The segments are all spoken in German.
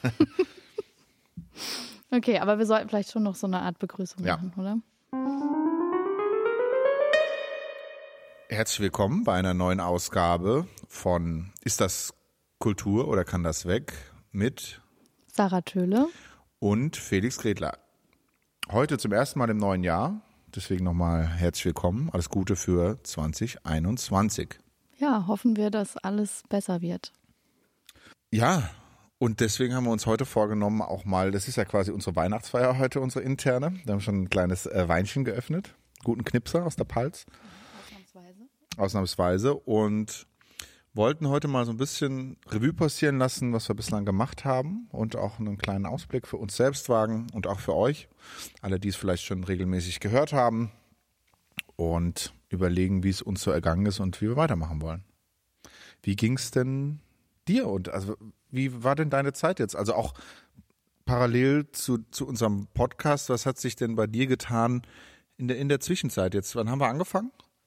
Okay, aber wir sollten vielleicht schon noch so eine Art Begrüßung machen, oder? Herzlich willkommen bei einer neuen Ausgabe von Ist das Kultur oder kann das weg? Mit Sarah Töhle und Felix Gretler. Heute zum ersten Mal im neuen Jahr, deswegen nochmal herzlich willkommen. Alles Gute für 2021. Ja, hoffen wir, dass alles besser wird. Ja, und deswegen haben wir uns heute vorgenommen, auch mal, das ist ja quasi unsere Weihnachtsfeier heute, unsere interne. Wir haben schon ein kleines Weinchen geöffnet, guten Knipser aus der Palz. Ausnahmsweise. Und wollten heute mal so ein bisschen Revue passieren lassen, was wir bislang gemacht haben und auch einen kleinen Ausblick für uns selbst wagen und auch für euch, alle, die es vielleicht schon regelmäßig gehört haben, und überlegen, wie es uns so ergangen ist und wie wir weitermachen wollen. Wie ging es denn dir und also wie war denn deine Zeit jetzt? Also auch parallel zu unserem Podcast, was hat sich denn bei dir getan in der Zwischenzeit jetzt? Wann haben wir angefangen?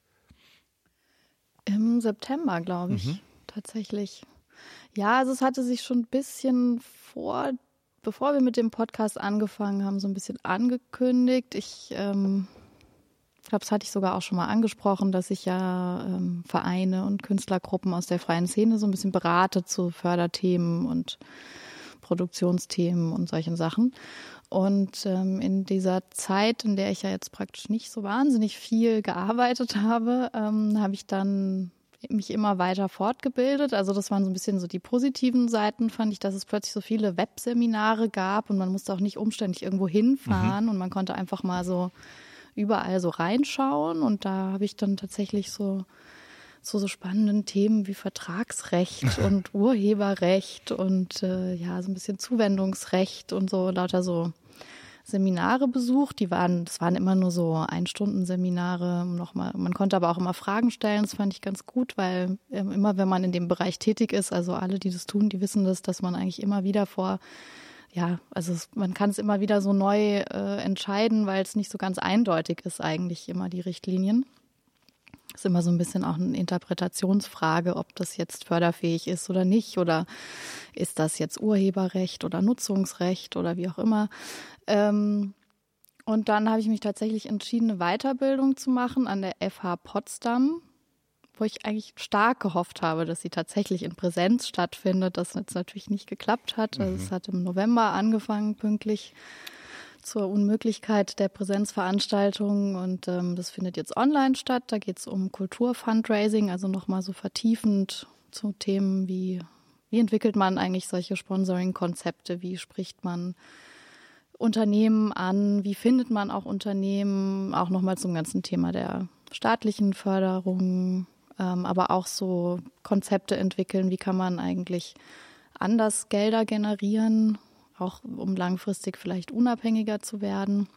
Im September, glaube ich, tatsächlich. Ja, also es hatte sich schon ein bisschen bevor wir mit dem Podcast angefangen haben, so ein bisschen angekündigt. Ich glaube, das hatte ich sogar auch schon mal angesprochen, dass ich ja Vereine und Künstlergruppen aus der freien Szene so ein bisschen berate zu Förderthemen und Produktionsthemen und solchen Sachen. Und in dieser Zeit, in der ich ja jetzt praktisch nicht so wahnsinnig viel gearbeitet habe, habe ich dann mich immer weiter fortgebildet. Also das waren so ein bisschen so die positiven Seiten, fand ich, dass es plötzlich so viele Webseminare gab und man musste auch nicht umständlich irgendwo hinfahren und man konnte einfach mal so überall so reinschauen. Und da habe ich dann tatsächlich so spannenden Themen wie Vertragsrecht und Urheberrecht und so ein bisschen Zuwendungsrecht und so lauter so Seminare besucht. Das waren immer nur so Ein-Stunden-Seminare. Man konnte aber auch immer Fragen stellen. Das fand ich ganz gut, weil immer, wenn man in dem Bereich tätig ist, also alle, die das tun, die wissen das, dass man eigentlich immer wieder man kann es immer wieder so neu entscheiden, weil es nicht so ganz eindeutig ist eigentlich immer die Richtlinien. Ist immer so ein bisschen auch eine Interpretationsfrage, ob das jetzt förderfähig ist oder nicht, oder ist das jetzt Urheberrecht oder Nutzungsrecht oder wie auch immer. Und dann habe ich mich tatsächlich entschieden, eine Weiterbildung zu machen an der FH Potsdam, wo ich eigentlich stark gehofft habe, dass sie tatsächlich in Präsenz stattfindet, das jetzt natürlich nicht geklappt hat. Also es hat im November angefangen, pünktlich zur Unmöglichkeit der Präsenzveranstaltungen, und das findet jetzt online statt. Da geht es um Kulturfundraising, also nochmal so vertiefend zu Themen wie entwickelt man eigentlich solche Sponsoring-Konzepte, wie spricht man Unternehmen an, wie findet man auch Unternehmen, auch nochmal zum ganzen Thema der staatlichen Förderung, aber auch so Konzepte entwickeln, wie kann man eigentlich anders Gelder generieren, auch um langfristig vielleicht unabhängiger zu werden.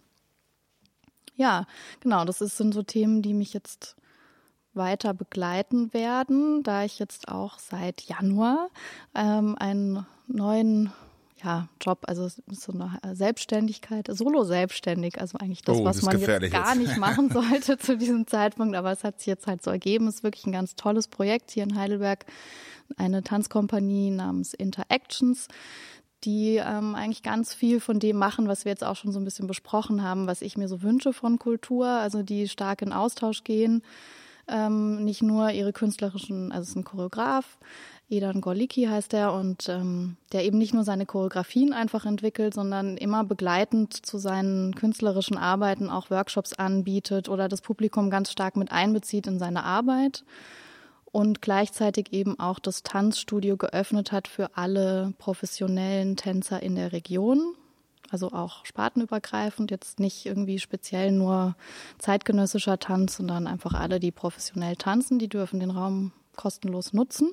Ja, genau, sind so Themen, die mich jetzt weiter begleiten werden, da ich jetzt auch seit Januar einen neuen Job, also so eine Selbstständigkeit, solo-selbstständig, also eigentlich das, was man jetzt gar nicht machen sollte zu diesem Zeitpunkt, aber es hat sich jetzt halt so ergeben. Es ist wirklich ein ganz tolles Projekt hier in Heidelberg, eine Tanzkompanie namens Interactions, die eigentlich ganz viel von dem machen, was wir jetzt auch schon so ein bisschen besprochen haben, was ich mir so wünsche von Kultur, also die stark in Austausch gehen, nicht nur ihre künstlerischen, also es ist ein Choreograf, Edan Gorlicki heißt er, und der eben nicht nur seine Choreografien einfach entwickelt, sondern immer begleitend zu seinen künstlerischen Arbeiten auch Workshops anbietet oder das Publikum ganz stark mit einbezieht in seine Arbeit. Und gleichzeitig eben auch das Tanzstudio geöffnet hat für alle professionellen Tänzer in der Region, also auch spartenübergreifend, jetzt nicht irgendwie speziell nur zeitgenössischer Tanz, sondern einfach alle, die professionell tanzen, die dürfen den Raum kostenlos nutzen.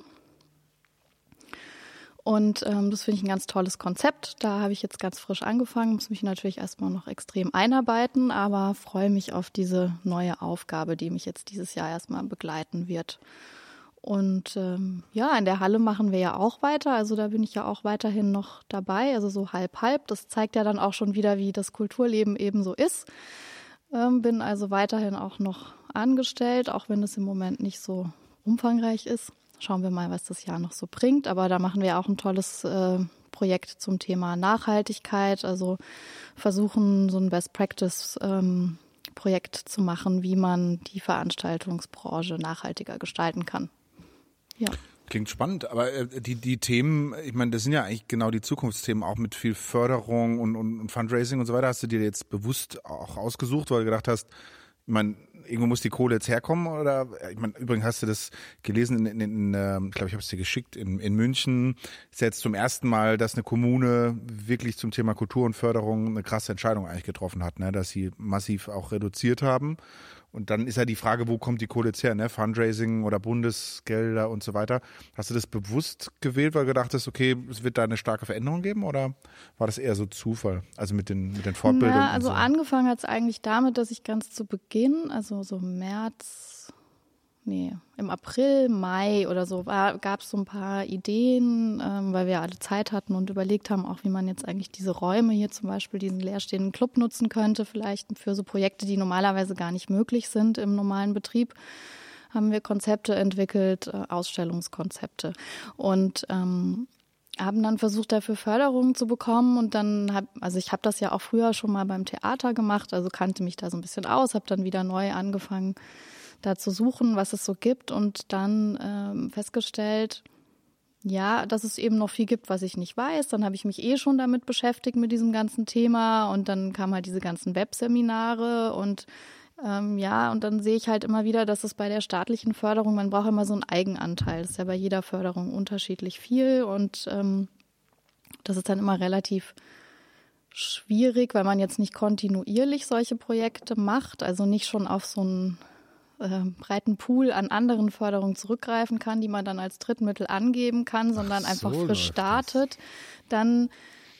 Und das finde ich ein ganz tolles Konzept. Da habe ich jetzt ganz frisch angefangen, muss mich natürlich erstmal noch extrem einarbeiten, aber freue mich auf diese neue Aufgabe, die mich jetzt dieses Jahr erstmal begleiten wird. Und in der Halle machen wir ja auch weiter, also da bin ich ja auch weiterhin noch dabei, also so halb. Das zeigt ja dann auch schon wieder, wie das Kulturleben eben so ist. Bin also weiterhin auch noch angestellt, auch wenn es im Moment nicht so umfangreich ist. Schauen wir mal, was das Jahr noch so bringt, aber da machen wir auch ein tolles Projekt zum Thema Nachhaltigkeit, also versuchen, so ein Best-Practice-Projekt zu machen, wie man die Veranstaltungsbranche nachhaltiger gestalten kann. Ja. Klingt spannend, aber die Themen, ich meine, das sind ja eigentlich genau die Zukunftsthemen, auch mit viel Förderung und Fundraising und so weiter. Hast du dir jetzt bewusst auch ausgesucht, weil du gedacht hast, ich meine, irgendwo muss die Kohle jetzt herkommen? Oder ich meine, übrigens hast du das gelesen ich glaube, ich habe es dir geschickt, in München ist jetzt zum ersten Mal, dass eine Kommune wirklich zum Thema Kultur und Förderung eine krasse Entscheidung eigentlich getroffen hat, ne? Dass sie massiv auch reduziert haben. Und dann ist ja die Frage, wo kommt die Kohle jetzt her, ne? Fundraising oder Bundesgelder und so weiter. Hast du das bewusst gewählt, weil du gedacht hast, okay, es wird da eine starke Veränderung geben, oder war das eher so Zufall, also mit den Fortbildungen? Na, also und so? Angefangen hat es eigentlich damit, dass ich ganz zu Beginn, also so im April, Mai oder so, gab es so ein paar Ideen, weil wir alle Zeit hatten und überlegt haben, auch wie man jetzt eigentlich diese Räume hier zum Beispiel, diesen leerstehenden Club nutzen könnte, vielleicht für so Projekte, die normalerweise gar nicht möglich sind im normalen Betrieb, haben wir Konzepte entwickelt, Ausstellungskonzepte und haben dann versucht, dafür Förderungen zu bekommen und dann ich habe das ja auch früher schon mal beim Theater gemacht, also kannte mich da so ein bisschen aus, habe dann wieder neu angefangen, da zu suchen, was es so gibt und dann festgestellt, ja, dass es eben noch viel gibt, was ich nicht weiß. Dann habe ich mich schon damit beschäftigt mit diesem ganzen Thema und dann kamen halt diese ganzen Webseminare und und dann sehe ich halt immer wieder, dass es bei der staatlichen Förderung, man braucht immer so einen Eigenanteil. Das ist ja bei jeder Förderung unterschiedlich viel und das ist dann immer relativ schwierig, weil man jetzt nicht kontinuierlich solche Projekte macht, also nicht schon auf so einen breiten Pool an anderen Förderungen zurückgreifen kann, die man dann als Drittmittel angeben kann, sondern einfach frisch startet. Dann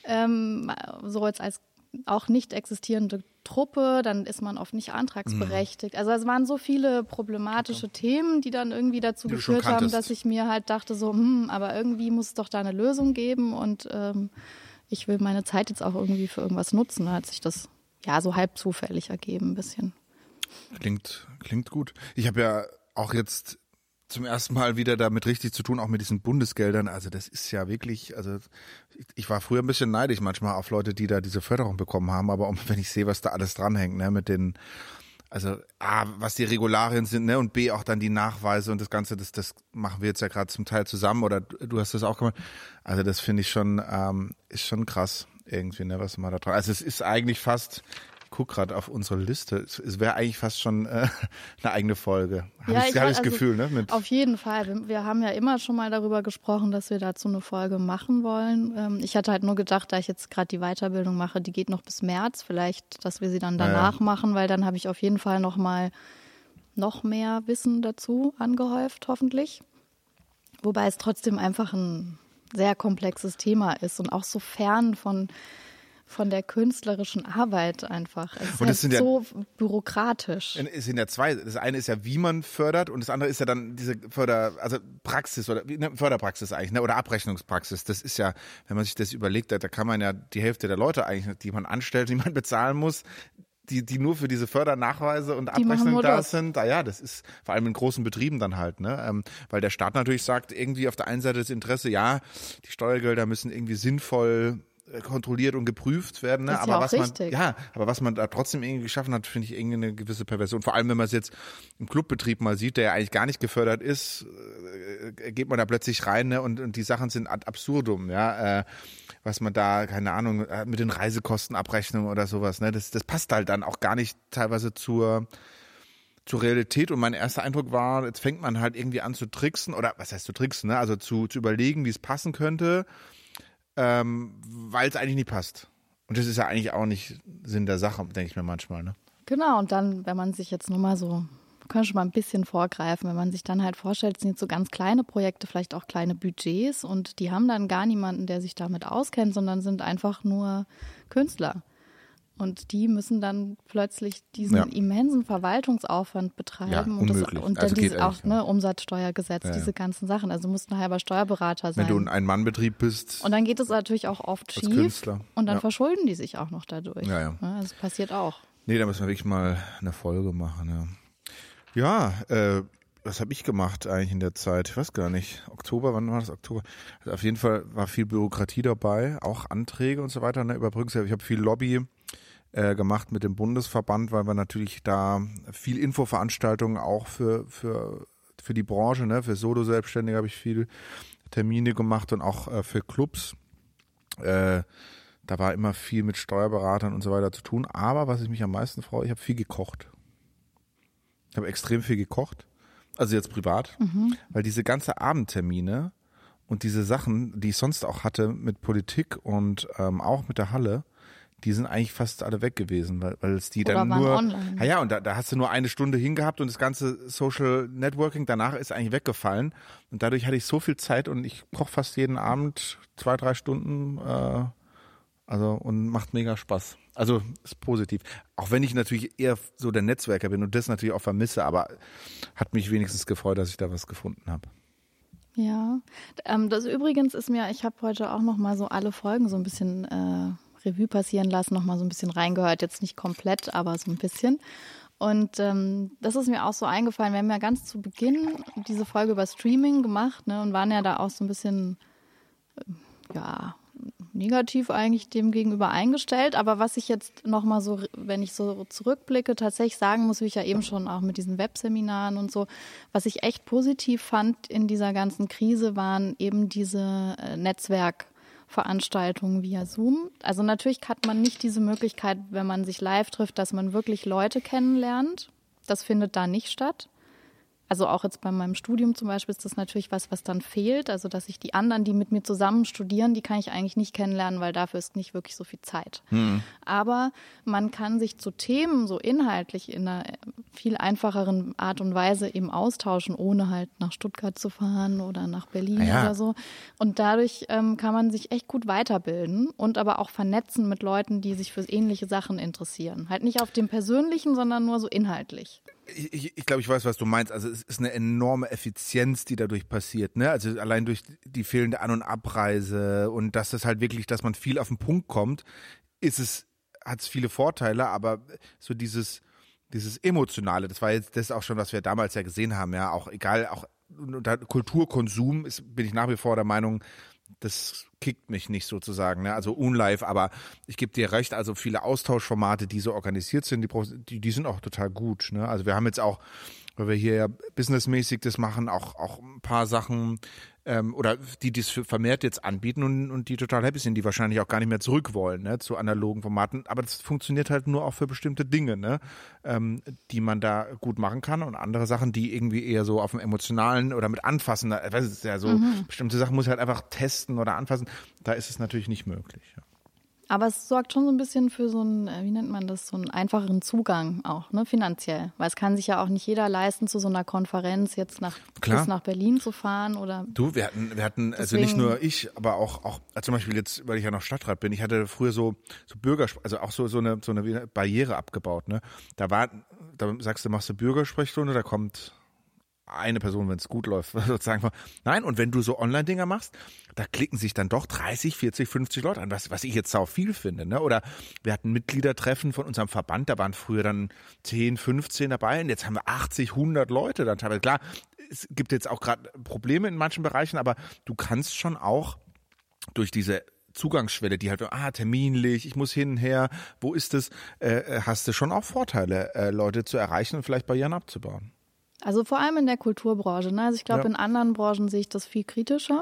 so jetzt als auch nicht existierende Truppe, dann ist man oft nicht antragsberechtigt. Also es waren so viele problematische Themen, die dann irgendwie dazu geführt haben, dass ich mir halt dachte so, aber irgendwie muss es doch da eine Lösung geben und ich will meine Zeit jetzt auch irgendwie für irgendwas nutzen. Da hat sich das so halb zufällig ergeben ein bisschen. Klingt gut. Ich habe ja auch jetzt zum ersten Mal wieder damit richtig zu tun, auch mit diesen Bundesgeldern. Also das ist ja wirklich, also ich war früher ein bisschen neidisch manchmal auf Leute, die da diese Förderung bekommen haben, aber wenn ich sehe, was da alles dranhängt, ne, mit den, also A, was die Regularien sind, ne, und B, auch dann die Nachweise und das Ganze, das machen wir jetzt ja gerade zum Teil zusammen oder du hast das auch gemacht. Also das finde ich schon, ist schon krass irgendwie, ne, was man da dran, also es ist eigentlich fast, ich gucke gerade auf unsere Liste. Es wäre eigentlich fast schon eine eigene Folge. Habe ich das Gefühl, ne? Auf jeden Fall. Wir haben ja immer schon mal darüber gesprochen, dass wir dazu eine Folge machen wollen. Ich hatte halt nur gedacht, da ich jetzt gerade die Weiterbildung mache, die geht noch bis März, vielleicht, dass wir sie dann danach machen, weil dann habe ich auf jeden Fall noch mehr Wissen dazu angehäuft, hoffentlich. Wobei es trotzdem einfach ein sehr komplexes Thema ist und auch so fern von der künstlerischen Arbeit einfach. Es ist halt so bürokratisch. Es sind ja zwei. Das eine ist ja, wie man fördert und das andere ist ja dann diese Praxis oder Förderpraxis eigentlich, ne, oder Abrechnungspraxis. Das ist ja, wenn man sich das überlegt, da kann man ja die Hälfte der Leute eigentlich, die man anstellt, die man bezahlen muss, die nur für diese Fördernachweise und Abrechnung da sind, das ist vor allem in großen Betrieben dann halt, ne, weil der Staat natürlich sagt, irgendwie auf der einen Seite das Interesse, ja, die Steuergelder müssen irgendwie sinnvoll kontrolliert und geprüft werden, ne? Aber was man da trotzdem irgendwie geschaffen hat, finde ich irgendwie eine gewisse Perversion. Vor allem, wenn man es jetzt im Clubbetrieb mal sieht, der ja eigentlich gar nicht gefördert ist, geht man da plötzlich rein, ne? Und die Sachen sind ad absurdum, ja. Was man da, keine Ahnung, mit den Reisekostenabrechnungen oder sowas, ne? Das passt halt dann auch gar nicht teilweise zur Realität. Und mein erster Eindruck war, jetzt fängt man halt irgendwie an zu tricksen, oder was heißt zu tricksen, ne? Also zu überlegen, wie es passen könnte, weil es eigentlich nicht passt. Und das ist ja eigentlich auch nicht Sinn der Sache, denke ich mir manchmal, ne? Genau, und dann, wenn man sich jetzt nur mal so, wir können schon mal ein bisschen vorgreifen, wenn man sich dann halt vorstellt, es sind jetzt so ganz kleine Projekte, vielleicht auch kleine Budgets und die haben dann gar niemanden, der sich damit auskennt, sondern sind einfach nur Künstler. Und die müssen dann plötzlich diesen immensen Verwaltungsaufwand betreiben und dann dieses auch Umsatzsteuergesetz, diese ganzen Sachen. Also du musst ein halber Steuerberater sein. Wenn du ein Ein-Mann-Betrieb bist. Und dann geht es natürlich auch oft schief. Künstler. Und dann verschulden die sich auch noch dadurch. Ja. Also das passiert auch. Nee, da müssen wir wirklich mal eine Folge machen. Ja, was habe ich gemacht eigentlich in der Zeit? Ich weiß gar nicht. Oktober, wann war das? Oktober? Also auf jeden Fall war viel Bürokratie dabei, auch Anträge und so weiter, ne, Überbrückungshilfe. Ich habe viel Lobby gemacht mit dem Bundesverband, weil wir natürlich da viel Infoveranstaltungen auch für die Branche, ne, für Solo-Selbstständige habe ich viel Termine gemacht und auch für Clubs. Da war immer viel mit Steuerberatern und so weiter zu tun. Aber was ich mich am meisten freue, ich habe viel gekocht. Ich habe extrem viel gekocht. Also jetzt privat. Weil diese ganze Abendtermine und diese Sachen, die ich sonst auch hatte mit Politik und auch mit der Halle, die sind eigentlich fast alle weg gewesen, weil es die Oder dann waren nur, online. ja, und da hast du nur eine Stunde hingehabt und das ganze Social Networking danach ist eigentlich weggefallen und dadurch hatte ich so viel Zeit und ich koche fast jeden Abend 2-3 Stunden, und macht mega Spaß. Also ist positiv. Auch wenn ich natürlich eher so der Netzwerker bin und das natürlich auch vermisse, aber hat mich wenigstens gefreut, dass ich da was gefunden habe. Ja, das übrigens ist mir, ich habe heute auch noch mal so alle Folgen so ein bisschen Revue passieren lassen, noch mal so ein bisschen reingehört, jetzt nicht komplett, aber so ein bisschen. Und das ist mir auch so eingefallen, wir haben ja ganz zu Beginn diese Folge über Streaming gemacht, ne, und waren ja da auch so ein bisschen, negativ eigentlich dem gegenüber eingestellt. Aber was ich jetzt noch mal so, wenn ich so zurückblicke, tatsächlich sagen muss, wie ich ja eben schon auch mit diesen Webseminaren und so, was ich echt positiv fand in dieser ganzen Krise, waren eben diese Netzwerkveranstaltungen via Zoom. Also natürlich hat man nicht diese Möglichkeit, wenn man sich live trifft, dass man wirklich Leute kennenlernt. Das findet da nicht statt. Also auch jetzt bei meinem Studium zum Beispiel ist das natürlich was dann fehlt. Also dass ich die anderen, die mit mir zusammen studieren, die kann ich eigentlich nicht kennenlernen, weil dafür ist nicht wirklich so viel Zeit. Aber man kann sich zu Themen so inhaltlich in einer viel einfacheren Art und Weise eben austauschen, ohne halt nach Stuttgart zu fahren oder nach Berlin oder so. Und dadurch kann man sich echt gut weiterbilden und aber auch vernetzen mit Leuten, die sich für ähnliche Sachen interessieren. Halt nicht auf dem Persönlichen, sondern nur so inhaltlich. Ich glaube, ich weiß, was du meinst. Also es ist eine enorme Effizienz, die dadurch passiert, ne? Also allein durch die fehlende An- und Abreise und dass es halt wirklich, dass man viel auf den Punkt kommt, hat es viele Vorteile, aber so dieses Emotionale, das war jetzt das auch schon, was wir damals ja gesehen haben, ja, auch egal, auch unter Kulturkonsum bin ich nach wie vor der Meinung, das kickt mich nicht sozusagen, ne? Also unlive, aber ich gebe dir recht, also viele Austauschformate, die so organisiert sind, die sind auch total gut, ne? Also wir haben jetzt auch, weil wir hier ja businessmäßig das machen, auch ein paar Sachen oder die das vermehrt jetzt anbieten und die total happy sind, die wahrscheinlich auch gar nicht mehr zurück wollen, ne, zu analogen Formaten. Aber das funktioniert halt nur auch für bestimmte Dinge, ne, die man da gut machen kann und andere Sachen, die irgendwie eher so auf dem emotionalen oder mit anfassen, das ist ja so, bestimmte Sachen muss ich halt einfach testen oder anfassen. Da ist es natürlich nicht möglich. Ja. Aber es sorgt schon so ein bisschen für so einen, wie nennt man das, so einen einfacheren Zugang auch, ne, finanziell. Weil es kann sich ja auch nicht jeder leisten, zu so einer Konferenz jetzt bis nach Berlin zu fahren oder. Du, wir hatten, also nicht nur ich, aber auch zum Beispiel jetzt, weil ich ja noch Stadtrat bin, ich hatte früher so also auch so eine Barriere abgebaut, ne. Da sagst du, machst du Bürgersprechstunde, da kommt eine Person, wenn es gut läuft, sozusagen. Nein, und wenn du so Online-Dinger machst, da klicken sich dann doch 30, 40, 50 Leute an, was ich jetzt sau viel finde, ne? Oder wir hatten Mitgliedertreffen von unserem Verband, da waren früher dann 10, 15 dabei und jetzt haben wir 80, 100 Leute dann teilweise. Klar, es gibt jetzt auch gerade Probleme in manchen Bereichen, aber du kannst schon auch durch diese Zugangsschwelle, die halt, terminlich, ich muss hin und her, wo ist es, hast du schon auch Vorteile, Leute zu erreichen und vielleicht Barrieren abzubauen. Also vor allem in der Kulturbranche, ne? Also ich glaube, in anderen Branchen sehe ich das viel kritischer.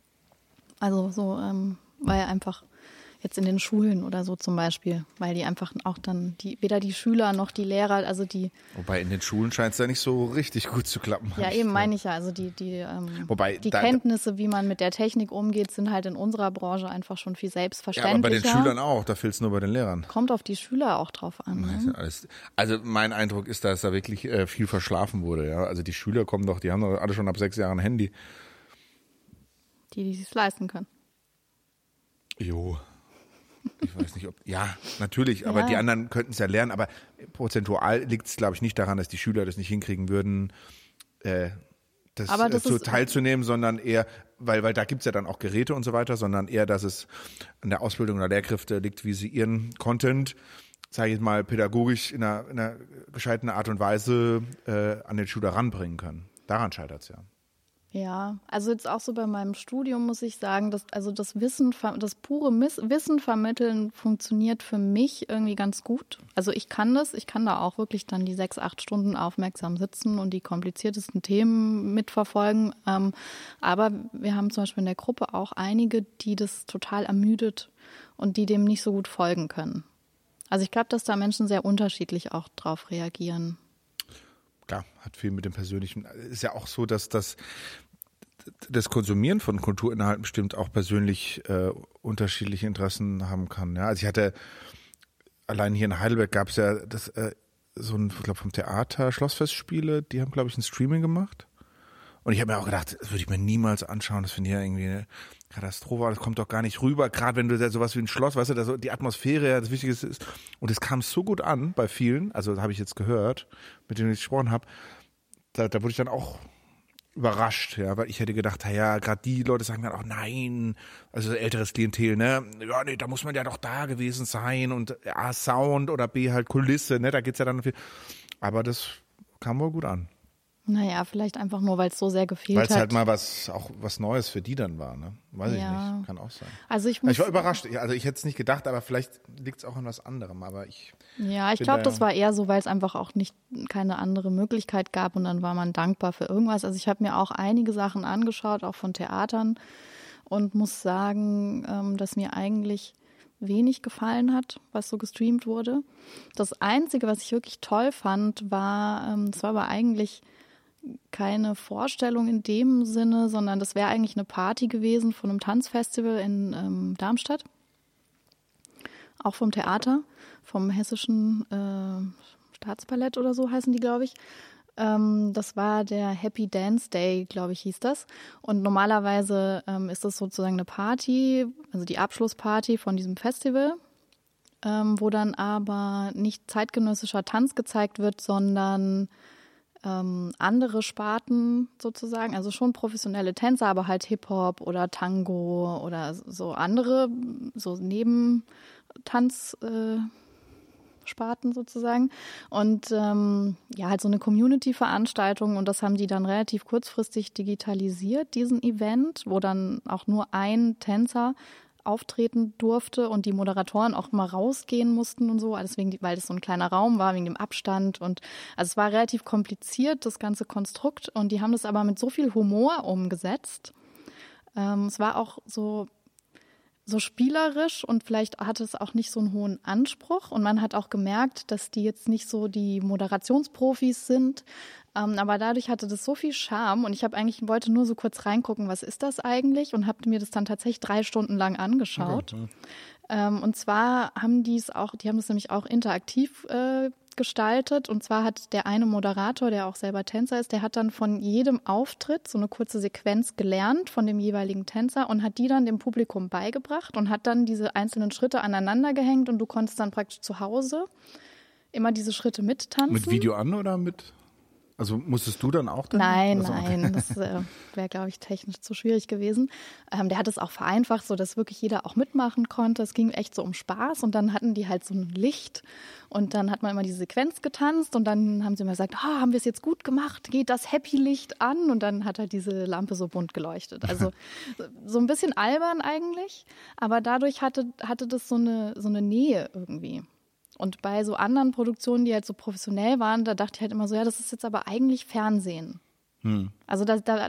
Also so, weil einfach jetzt in den Schulen oder so zum Beispiel, weil die einfach auch dann weder die Schüler noch die Lehrer, also die. Wobei in den Schulen scheint es ja nicht so richtig gut zu klappen. Ja, eben meine ich ja. Also die Kenntnisse, wie man mit der Technik umgeht, sind halt in unserer Branche einfach schon viel selbstverständlicher. Ja, aber bei den Schülern auch, da fehlt es nur bei den Lehrern. Kommt auf die Schüler auch drauf an. Ne? Also mein Eindruck ist, dass da wirklich viel verschlafen wurde. Ja? Also die Schüler die haben doch alle schon ab 6 Jahren ein Handy. Die sich leisten können. Jo. Ich weiß nicht, natürlich, aber die anderen könnten es ja lernen, aber prozentual liegt es, glaube ich, nicht daran, dass die Schüler das nicht hinkriegen würden, teilzunehmen, sondern eher, weil da gibt es ja dann auch Geräte und so weiter, sondern eher, dass es an der Ausbildung der Lehrkräfte liegt, wie sie ihren Content, sage ich mal, pädagogisch in einer gescheiten Art und Weise an den Schüler ranbringen können. Daran scheitert es ja. Ja, also jetzt auch so bei meinem Studium muss ich sagen, dass also das Wissen, das pure Wissen vermitteln funktioniert für mich irgendwie ganz gut. Also ich kann da auch wirklich dann die 6-8 Stunden aufmerksam sitzen und die kompliziertesten Themen mitverfolgen. Aber wir haben zum Beispiel in der Gruppe auch einige, die das total ermüdet und die dem nicht so gut folgen können. Also ich glaube, dass da Menschen sehr unterschiedlich auch drauf reagieren. Klar, hat viel mit dem Persönlichen. Ist ja auch so, dass das Konsumieren von Kulturinhalten bestimmt auch persönlich unterschiedliche Interessen haben kann. Ja, also ich hatte, allein hier in Heidelberg gab es ja das, so ein, ich glaube vom Theater, Schlossfestspiele, die haben, glaube ich, ein Streaming gemacht. Und ich habe mir auch gedacht, das würde ich mir niemals anschauen, das finde ich ja irgendwie eine Katastrophe, das kommt doch gar nicht rüber, gerade wenn du da sowas wie ein Schloss, weißt du, da so die Atmosphäre ja das Wichtigste ist. Und es kam so gut an bei vielen, also habe ich jetzt gehört, mit denen ich gesprochen habe, da wurde ich dann auch überrascht, ja, weil ich hätte gedacht, ja, gerade die Leute sagen dann auch, nein, also älteres Klientel, ne, ja, nee, da muss man ja doch da gewesen sein und A, Sound oder B, halt Kulisse, ne, da geht's ja dann viel, aber das kam wohl gut an. Naja, vielleicht einfach nur, weil es so sehr gefehlt hat. Weil es halt mal was Neues für die dann war, ne? Weiß ich nicht, kann auch sein. Also ich war überrascht, also ich hätte es nicht gedacht, aber vielleicht liegt es auch an was anderem, aber ich glaube, das war eher so, weil es einfach auch keine andere Möglichkeit gab und dann war man dankbar für irgendwas. Also ich habe mir auch einige Sachen angeschaut, auch von Theatern und muss sagen, dass mir eigentlich wenig gefallen hat, was so gestreamt wurde. Das Einzige, was ich wirklich toll fand, war, es war aber eigentlich keine Vorstellung in dem Sinne, sondern das wäre eigentlich eine Party gewesen von einem Tanzfestival in Darmstadt. Auch vom Theater, vom Hessischen Staatsballett oder so heißen die, glaube ich. Das war der Happy Dance Day, glaube ich, hieß das. Und normalerweise ist das sozusagen eine Party, also die Abschlussparty von diesem Festival, wo dann aber nicht zeitgenössischer Tanz gezeigt wird, sondern andere Sparten sozusagen, also schon professionelle Tänzer, aber halt Hip-Hop oder Tango oder so andere, so Nebentanzsparten sozusagen und halt so eine Community-Veranstaltung und das haben die dann relativ kurzfristig digitalisiert, diesen Event, wo dann auch nur ein Tänzer auftreten durfte und die Moderatoren auch immer rausgehen mussten und so, deswegen, weil das so ein kleiner Raum war, wegen dem Abstand und also es war relativ kompliziert, das ganze Konstrukt und die haben das aber mit so viel Humor umgesetzt. Es war auch so spielerisch und vielleicht hatte es auch nicht so einen hohen Anspruch und man hat auch gemerkt, dass die jetzt nicht so die Moderationsprofis sind, aber dadurch hatte das so viel Charme und ich wollte nur so kurz reingucken, was ist das eigentlich und habe mir das dann tatsächlich 3 Stunden lang angeschaut. Okay. Und zwar haben die haben das nämlich auch interaktiv gestaltet und zwar hat der eine Moderator, der auch selber Tänzer ist, der hat dann von jedem Auftritt so eine kurze Sequenz gelernt von dem jeweiligen Tänzer und hat die dann dem Publikum beigebracht und hat dann diese einzelnen Schritte aneinander gehängt und du konntest dann praktisch zu Hause immer diese Schritte mittanzen. Mit Video an oder mit? Also musstest du dann auch? Nein, das wäre, glaube ich, technisch zu schwierig gewesen. Der hat es auch vereinfacht, sodass wirklich jeder auch mitmachen konnte. Es ging echt so um Spaß und dann hatten die halt so ein Licht und dann hat man immer diese Sequenz getanzt und dann haben sie immer gesagt, haben wir es jetzt gut gemacht, geht das Happy-Licht an und dann hat halt diese Lampe so bunt geleuchtet. Also so ein bisschen albern eigentlich, aber dadurch hatte das so eine Nähe irgendwie. Und bei so anderen Produktionen, die halt so professionell waren, da dachte ich halt immer so, ja, das ist jetzt aber eigentlich Fernsehen. Also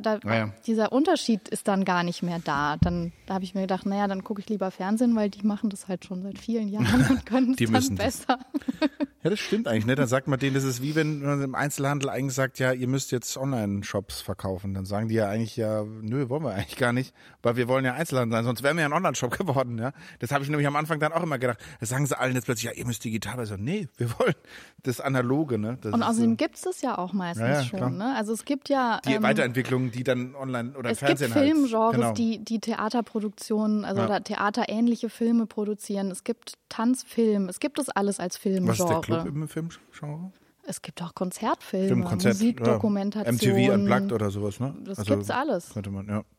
dieser Unterschied ist dann gar nicht mehr da. Da habe ich mir gedacht, naja, dann gucke ich lieber Fernsehen, weil die machen das halt schon seit vielen Jahren und können es dann besser. Ja, das stimmt eigentlich, ne? Dann sagt man denen, das ist wie wenn man im Einzelhandel eigentlich sagt, ja, ihr müsst jetzt Online-Shops verkaufen. Dann sagen die ja eigentlich, ja, nö, wollen wir eigentlich gar nicht, weil wir wollen ja Einzelhandel sein, sonst wären wir ja ein Online-Shop geworden, ja. Das habe ich nämlich am Anfang dann auch immer gedacht. Da sagen sie allen jetzt plötzlich, ja, ihr müsst digital sein. Nee, wir wollen das Analoge, ne? Das und außerdem gibt es das ja auch meistens schon, klar. Ne? Also es gibt ja die Weiterentwicklungen, die dann online oder im Fernsehen halt. Es gibt Filmgenres, die Theaterproduktionen, also oder theaterähnliche Filme produzieren. Es gibt Tanzfilm, es gibt das alles als Filmgenre. Was ist der Club im Filmgenre? Es gibt auch Konzertfilme, Musikdokumentation. MTV Unplugged oder sowas, ne? Das gibt's alles. Könnte man, ja.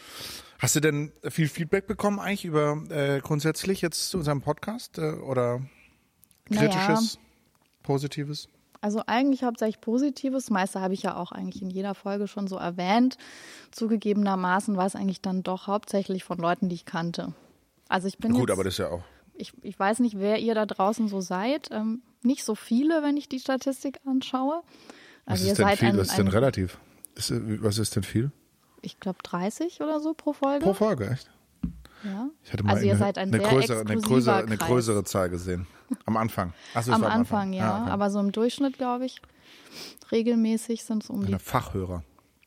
Hast du denn viel Feedback bekommen eigentlich über grundsätzlich jetzt zu unserem Podcast oder kritisches, positives? Also eigentlich hauptsächlich Positives. Das meiste habe ich ja auch eigentlich in jeder Folge schon so erwähnt. Zugegebenermaßen war es eigentlich dann doch hauptsächlich von Leuten, die ich kannte. Also ich bin Gut, jetzt, aber das ist ja auch. ich weiß nicht, wer ihr da draußen so seid. Nicht so viele, wenn ich die Statistik anschaue. Was Also ihr ist denn seid viel? Was ist denn relativ? Was ist denn viel? Ich glaube 30 oder so pro Folge. Pro Folge, echt? Ja. Ich hatte mal Also ihr seid ein sehr exklusiver eine Kreis. größere Zahl gesehen. Am Anfang. Ach so, Am war Anfang, ja. Ah, okay. Aber so im Durchschnitt, glaube ich, regelmäßig sind es um die. Eine Fachhörer.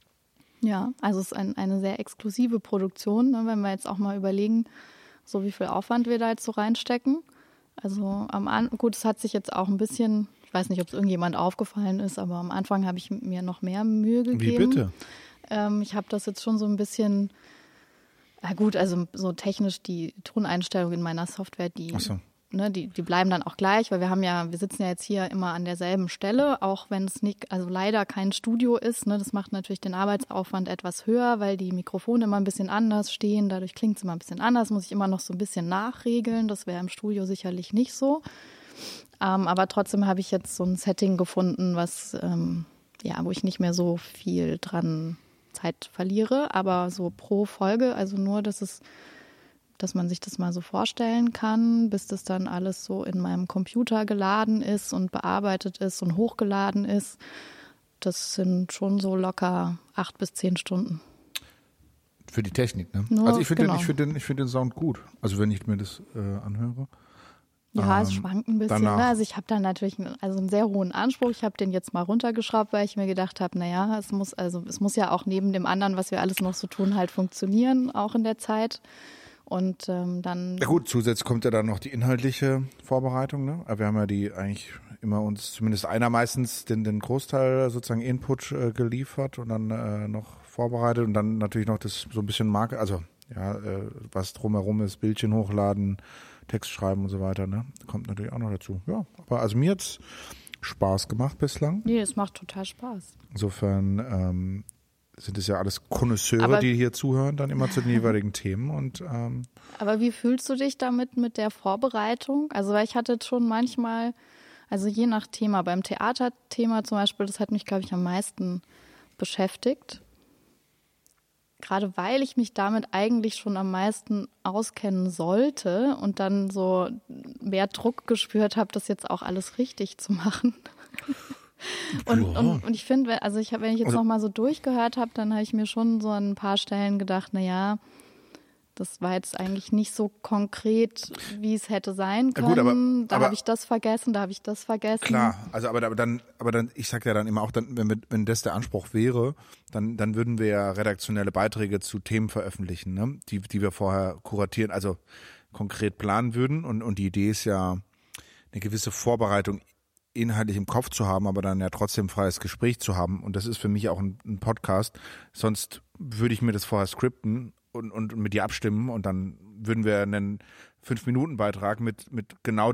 Ja, also es ist eine sehr exklusive Produktion, ne, wenn wir jetzt auch mal überlegen, so wie viel Aufwand wir da jetzt so reinstecken. Also gut, es hat sich jetzt auch ein bisschen, ich weiß nicht, ob es irgendjemand aufgefallen ist, aber am Anfang habe ich mir noch mehr Mühe gegeben. Wie bitte? Ich habe das jetzt schon so ein bisschen, na gut, also so technisch die Toneinstellungen in meiner Software, die, Ach so. ne, die bleiben dann auch gleich, weil wir sitzen ja jetzt hier immer an derselben Stelle, auch wenn es nicht, also leider kein Studio ist, ne, das macht natürlich den Arbeitsaufwand etwas höher, weil die Mikrofone immer ein bisschen anders stehen, dadurch klingt es immer ein bisschen anders, muss ich immer noch so ein bisschen nachregeln, das wäre im Studio sicherlich nicht so. Aber trotzdem habe ich jetzt so ein Setting gefunden, was, wo ich nicht mehr so viel dran Zeit verliere, aber so pro Folge, also nur, dass man sich das mal so vorstellen kann, bis das dann alles so in meinem Computer geladen ist und bearbeitet ist und hochgeladen ist. Das sind schon so locker 8 bis 10 Stunden. Für die Technik, ne? Nur, Also ich finde genau. ich find den Sound gut. Also wenn ich mir das anhöre. Ja, es schwankt ein bisschen. danach- Ne? Also ich habe da natürlich einen sehr hohen Anspruch. Ich habe den jetzt mal runtergeschraubt, weil ich mir gedacht habe, naja, es muss ja auch neben dem anderen, was wir alles noch so tun, halt funktionieren, auch in der Zeit. Und dann. Ja gut, zusätzlich kommt ja dann noch die inhaltliche Vorbereitung, ne? Aber wir haben ja die eigentlich immer uns, zumindest einer meistens, den Großteil sozusagen Input geliefert und dann noch vorbereitet und dann natürlich noch das so ein bisschen Marke, also ja, was drumherum ist, Bildchen hochladen, Text schreiben und so weiter, ne? Kommt natürlich auch noch dazu. Ja, aber also mir hat's Spaß gemacht bislang. Nee, es macht total Spaß. Insofern sind es ja alles Konnoisseure, Aber- die hier zuhören, dann immer zu den jeweiligen Themen und Aber wie fühlst du dich damit mit der Vorbereitung? Also weil ich hatte schon manchmal, also je nach Thema, beim Theaterthema zum Beispiel, das hat mich, glaube ich, am meisten beschäftigt. Gerade weil ich mich damit eigentlich schon am meisten auskennen sollte und dann so mehr Druck gespürt habe, das jetzt auch alles richtig zu machen. Und ich finde, wenn ich jetzt noch mal so durchgehört habe, dann habe ich mir schon so an ein paar Stellen gedacht, naja, das war jetzt eigentlich nicht so konkret, wie es hätte sein können. Ja gut, da aber- habe ich das vergessen, da habe ich das vergessen. klar, also aber dann, ich sag ja dann immer auch, dann, wenn das der Anspruch wäre, dann würden wir ja redaktionelle Beiträge zu Themen veröffentlichen, ne? Die wir vorher kuratieren, also konkret planen würden. Und die Idee ist ja, eine gewisse Vorbereitung inhaltlich im Kopf zu haben, aber dann ja trotzdem freies Gespräch zu haben. Und das ist für mich auch ein Podcast. Sonst würde ich mir das vorher skripten und mit dir abstimmen und dann würden wir einen 5-Minuten-Beitrag mit genau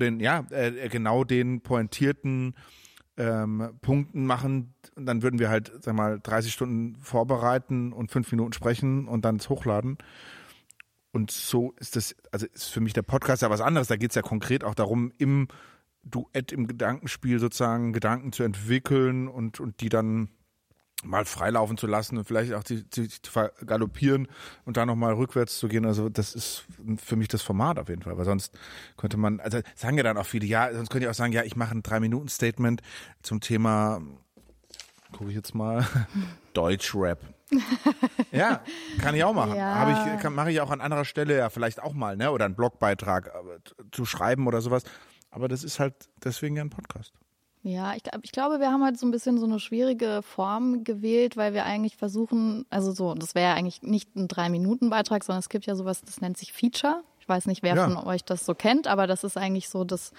den pointierten Punkten machen. Und dann würden wir halt, sag mal, 30 Stunden vorbereiten und 5 Minuten sprechen und dann es hochladen. Und so ist das, also ist für mich der Podcast ja was anderes. Da geht es ja konkret auch darum, im Duett, im Gedankenspiel sozusagen Gedanken zu entwickeln und die dann mal freilaufen zu lassen und vielleicht auch zu galoppieren und dann nochmal rückwärts zu gehen. Also das ist für mich das Format auf jeden Fall, weil sonst könnte man, also sagen ja dann auch viele, ja, sonst könnte ich auch sagen, ja, ich mache ein 3-Minuten-Statement zum Thema, gucke ich jetzt mal, Deutschrap. Ja, kann ich auch machen. Ja. Mache ich auch an anderer Stelle ja vielleicht auch mal, ne? Oder einen Blogbeitrag zu schreiben oder sowas. Aber das ist halt deswegen ja ein Podcast. Ja, ich glaube, wir haben halt so ein bisschen so eine schwierige Form gewählt, weil wir eigentlich versuchen, das wäre ja eigentlich nicht ein 3-Minuten-Beitrag, sondern es gibt ja sowas, das nennt sich Feature. Ich weiß nicht, wer von euch das so kennt, aber das ist eigentlich so das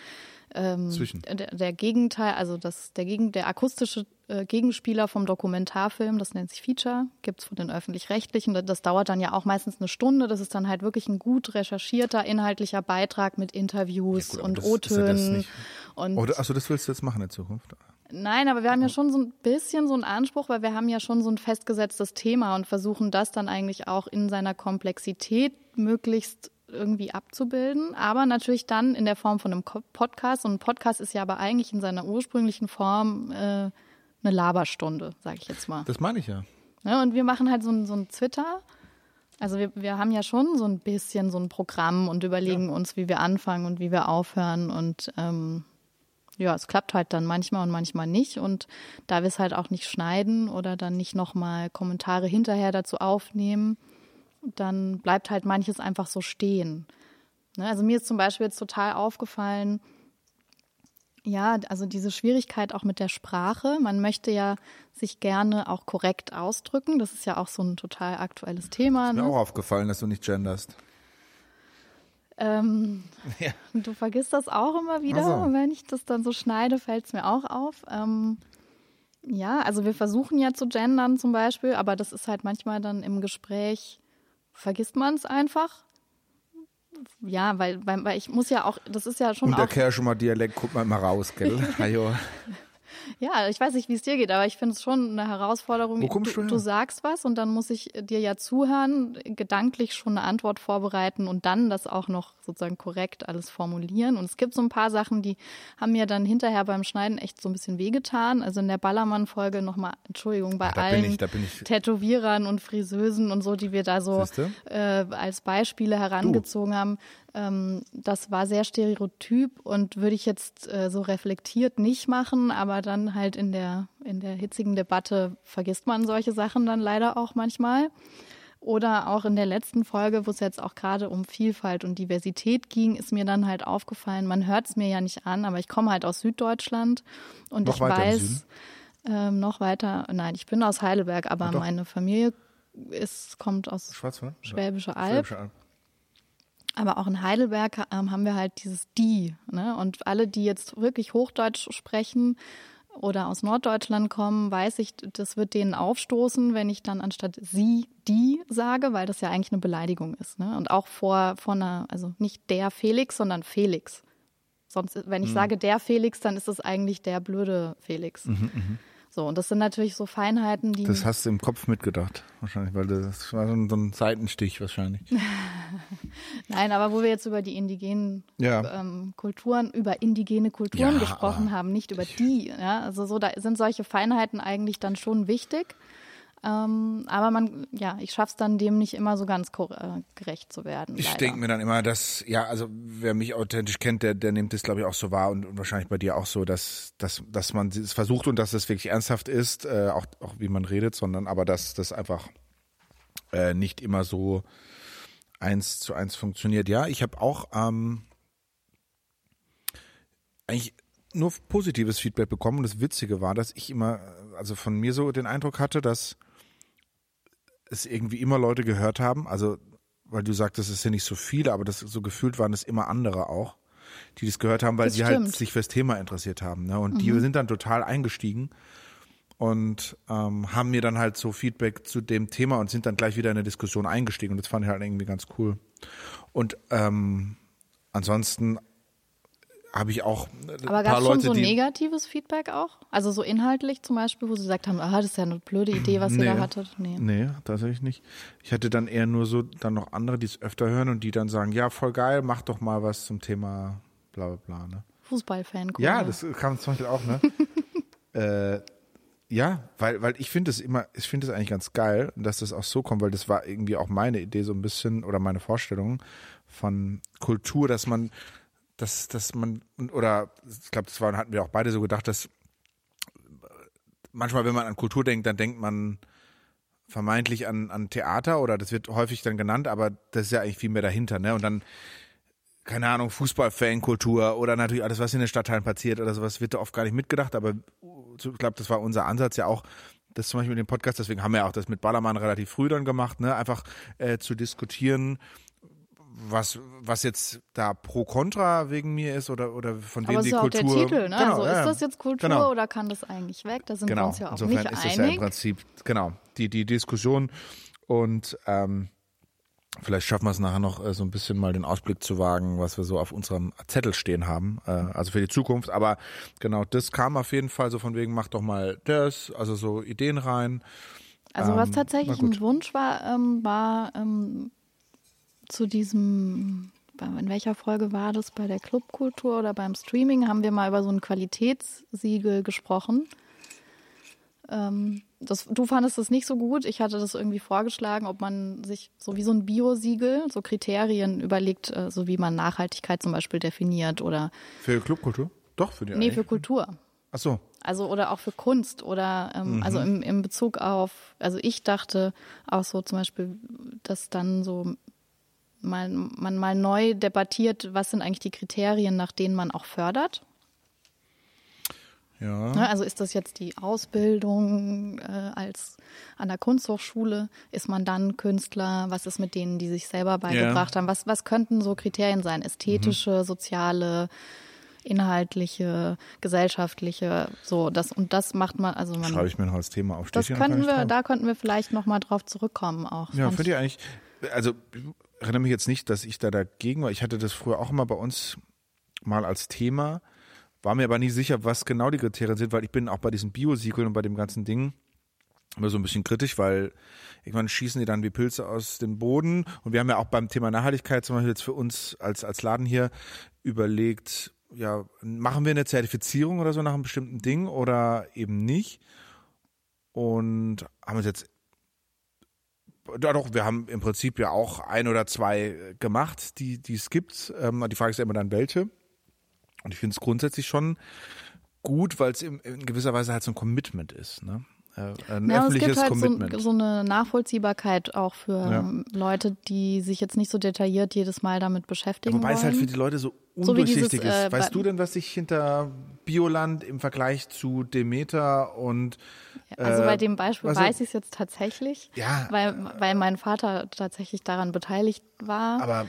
der Gegenteil, also der akustische Gegenspieler vom Dokumentarfilm, das nennt sich Feature, gibt's von den Öffentlich-Rechtlichen. Das dauert dann ja auch meistens eine Stunde. Das ist dann halt wirklich ein gut recherchierter, inhaltlicher Beitrag mit Interviews und O-Tönen. Achso, das willst du jetzt machen in Zukunft? Nein, aber wir haben ja schon so ein bisschen so einen Anspruch, weil wir haben ja schon so ein festgesetztes Thema und versuchen das dann eigentlich auch in seiner Komplexität möglichst irgendwie abzubilden, aber natürlich dann in der Form von einem Podcast. Und ein Podcast ist ja aber eigentlich in seiner ursprünglichen Form eine Laberstunde, sage ich jetzt mal. Das meine ich ja. Ja, und wir machen halt so ein Twitter. Also wir haben ja schon so ein bisschen so ein Programm und überlegen uns, wie wir anfangen und wie wir aufhören. Und es klappt halt dann manchmal und manchmal nicht. Und da wir es halt auch nicht schneiden oder dann nicht nochmal Kommentare hinterher dazu aufnehmen, dann bleibt halt manches einfach so stehen. Ne? Also mir ist zum Beispiel jetzt total aufgefallen, ja, also diese Schwierigkeit auch mit der Sprache. Man möchte ja sich gerne auch korrekt ausdrücken. Das ist ja auch so ein total aktuelles Thema. Ist mir auch aufgefallen, dass du nicht genderst. Du vergisst das auch immer wieder. Und wenn ich das dann so schneide, fällt es mir auch auf. Also wir versuchen ja zu gendern zum Beispiel, aber das ist halt manchmal dann im Gespräch, vergisst man es einfach. Ja, weil ich muss ja auch, das ist ja schon Und der auch... Kerschmer Dialekt, guck mal immer raus, gell? Ja, ich weiß nicht, wie es dir geht, aber ich finde es schon eine Herausforderung. Wo kommst du her? Du sagst was und dann muss ich dir ja zuhören, gedanklich schon eine Antwort vorbereiten und dann das auch noch sozusagen korrekt alles formulieren. Und es gibt so ein paar Sachen, die haben mir dann hinterher beim Schneiden echt so ein bisschen wehgetan. Also in der Ballermann-Folge nochmal, Entschuldigung, bei allen Tätowierern und Friseusen und so, die wir da so als Beispiele herangezogen haben. Das war sehr stereotyp und würde ich jetzt so reflektiert nicht machen, aber dann halt in der hitzigen Debatte vergisst man solche Sachen dann leider auch manchmal. Oder auch in der letzten Folge, wo es jetzt auch gerade um Vielfalt und Diversität ging, ist mir dann halt aufgefallen, man hört es mir ja nicht an, aber ich komme halt aus Süddeutschland und noch ich weiter weiß, noch weiter, nein, ich bin aus Heidelberg, aber meine Familie kommt aus Schwäbische Alb. Aber auch in Heidelberg haben wir halt dieses Die. Ne? Und alle, die jetzt wirklich Hochdeutsch sprechen oder aus Norddeutschland kommen, weiß ich, das wird denen aufstoßen, wenn ich dann anstatt sie, die sage, weil das ja eigentlich eine Beleidigung ist. Ne? Und auch vor einer, also nicht der Felix, sondern Felix. Sonst, wenn ich sage der Felix, dann ist es eigentlich der blöde Felix. So, und das sind natürlich so Feinheiten, die... Das hast du im Kopf mitgedacht, wahrscheinlich, weil das war so ein Seitenstich wahrscheinlich. Nein, aber wo wir jetzt über die indigenen Kulturen, gesprochen haben, nicht über die. Ja? Also da sind solche Feinheiten eigentlich dann schon wichtig. Aber ich schaffe es dann dem nicht immer so ganz gerecht zu werden. Ich denke mir dann immer, dass, wer mich authentisch kennt, der nimmt das, glaube ich, auch so wahr und wahrscheinlich bei dir auch so, dass man es versucht und dass es wirklich ernsthaft ist, auch wie man redet, sondern aber dass das einfach nicht immer so 1:1 funktioniert. Ja, ich habe auch eigentlich nur positives Feedback bekommen und das Witzige war, dass ich immer, also von mir so den Eindruck hatte, dass es irgendwie immer Leute gehört haben, also weil du sagtest, es ist ja nicht so viele, aber das so gefühlt waren es immer andere auch, die das gehört haben, weil sie halt sich fürs Thema interessiert haben. Ne? Und die sind dann total eingestiegen und haben mir dann halt so Feedback zu dem Thema und sind dann gleich wieder in eine Diskussion eingestiegen und das fand ich halt irgendwie ganz cool. Und ansonsten habe ich auch aber gab es schon so negatives Feedback auch? Also so inhaltlich zum Beispiel, wo sie gesagt haben, das ist ja eine blöde Idee, was ihr da hattet? Nee, tatsächlich nicht. Ich hatte dann eher nur so dann noch andere, die es öfter hören und die dann sagen, ja, voll geil, mach doch mal was zum Thema bla bla bla. Ne? Fußballfan. Ja, das kam zum Beispiel auch, ne? Ja, weil ich finde es eigentlich ganz geil, dass das auch so kommt, weil das war irgendwie auch meine Idee so ein bisschen oder meine Vorstellung von Kultur, dass man, oder ich glaube, hatten wir auch beide so gedacht, dass manchmal, wenn man an Kultur denkt, dann denkt man vermeintlich an Theater oder das wird häufig dann genannt, aber das ist ja eigentlich viel mehr dahinter, ne? Und dann, keine Ahnung, Fußball-Fankultur oder natürlich alles, was in den Stadtteilen passiert oder sowas, wird da oft gar nicht mitgedacht, aber ich glaube, das war unser Ansatz ja auch, das zum Beispiel mit dem Podcast, deswegen haben wir ja auch das mit Ballermann relativ früh dann gemacht, ne? Einfach zu diskutieren, was jetzt da pro Kontra wegen mir ist oder von wem die Kultur. Aber so auch der Titel, ne? Genau, also ist das jetzt Kultur oder kann das eigentlich weg? Da sind wir uns ja auch insofern nicht einig. Insofern ist das ja im Prinzip, die Diskussion und vielleicht schaffen wir es nachher noch so ein bisschen mal den Ausblick zu wagen, was wir so auf unserem Zettel stehen haben, also für die Zukunft. Aber genau, das kam auf jeden Fall so von wegen, mach doch mal das, also so Ideen rein. Also was tatsächlich ein Wunsch war, zu diesem, in welcher Folge war das? Bei der Clubkultur oder beim Streaming haben wir mal über so ein Qualitätssiegel gesprochen. Du fandest das nicht so gut. Ich hatte das irgendwie vorgeschlagen, ob man sich so wie so ein Bio-Siegel, so Kriterien überlegt, so wie man Nachhaltigkeit zum Beispiel definiert oder. Für Clubkultur? Doch, für die Nee, für Kultur. Ach so. Also oder auch für Kunst oder also im Bezug auf, also ich dachte auch so zum Beispiel, dass dann so man mal neu debattiert, was sind eigentlich die Kriterien, nach denen man auch fördert. Ja. Also ist das jetzt die Ausbildung als an der Kunsthochschule? Ist man dann Künstler? Was ist mit denen, die sich selber beigebracht haben? Was könnten so Kriterien sein? Ästhetische, soziale, inhaltliche, gesellschaftliche, so das und das macht man, also man. Schreibe ich mir noch als Thema auf. Da könnten wir vielleicht nochmal drauf zurückkommen auch. Ja, finde ich eigentlich, also ich erinnere mich jetzt nicht, dass ich da dagegen war. Ich hatte das früher auch immer bei uns mal als Thema, war mir aber nie sicher, was genau die Kriterien sind, weil ich bin auch bei diesen Biosiegeln und bei dem ganzen Ding immer so ein bisschen kritisch, weil irgendwann schießen die dann wie Pilze aus dem Boden. Und wir haben ja auch beim Thema Nachhaltigkeit zum Beispiel jetzt für uns als Laden hier überlegt, ja, machen wir eine Zertifizierung oder so nach einem bestimmten Ding oder eben nicht? Und haben uns jetzt, ja doch, wir haben im Prinzip ja auch 1 oder 2 gemacht, die es gibt. Die Frage ist ja immer dann, welche. Und ich finde es grundsätzlich schon gut, weil es in gewisser Weise halt so ein Commitment ist, ne? Ein öffentliches es gibt halt Commitment. so eine Nachvollziehbarkeit auch für Leute, die sich jetzt nicht so detailliert jedes Mal damit beschäftigen Wobei wollen. es halt für die Leute so undurchsichtig ist. Weißt du denn, was sich hinter Bioland im Vergleich zu Demeter und also bei dem Beispiel weiß ich es jetzt tatsächlich, ja, weil mein Vater tatsächlich daran beteiligt war.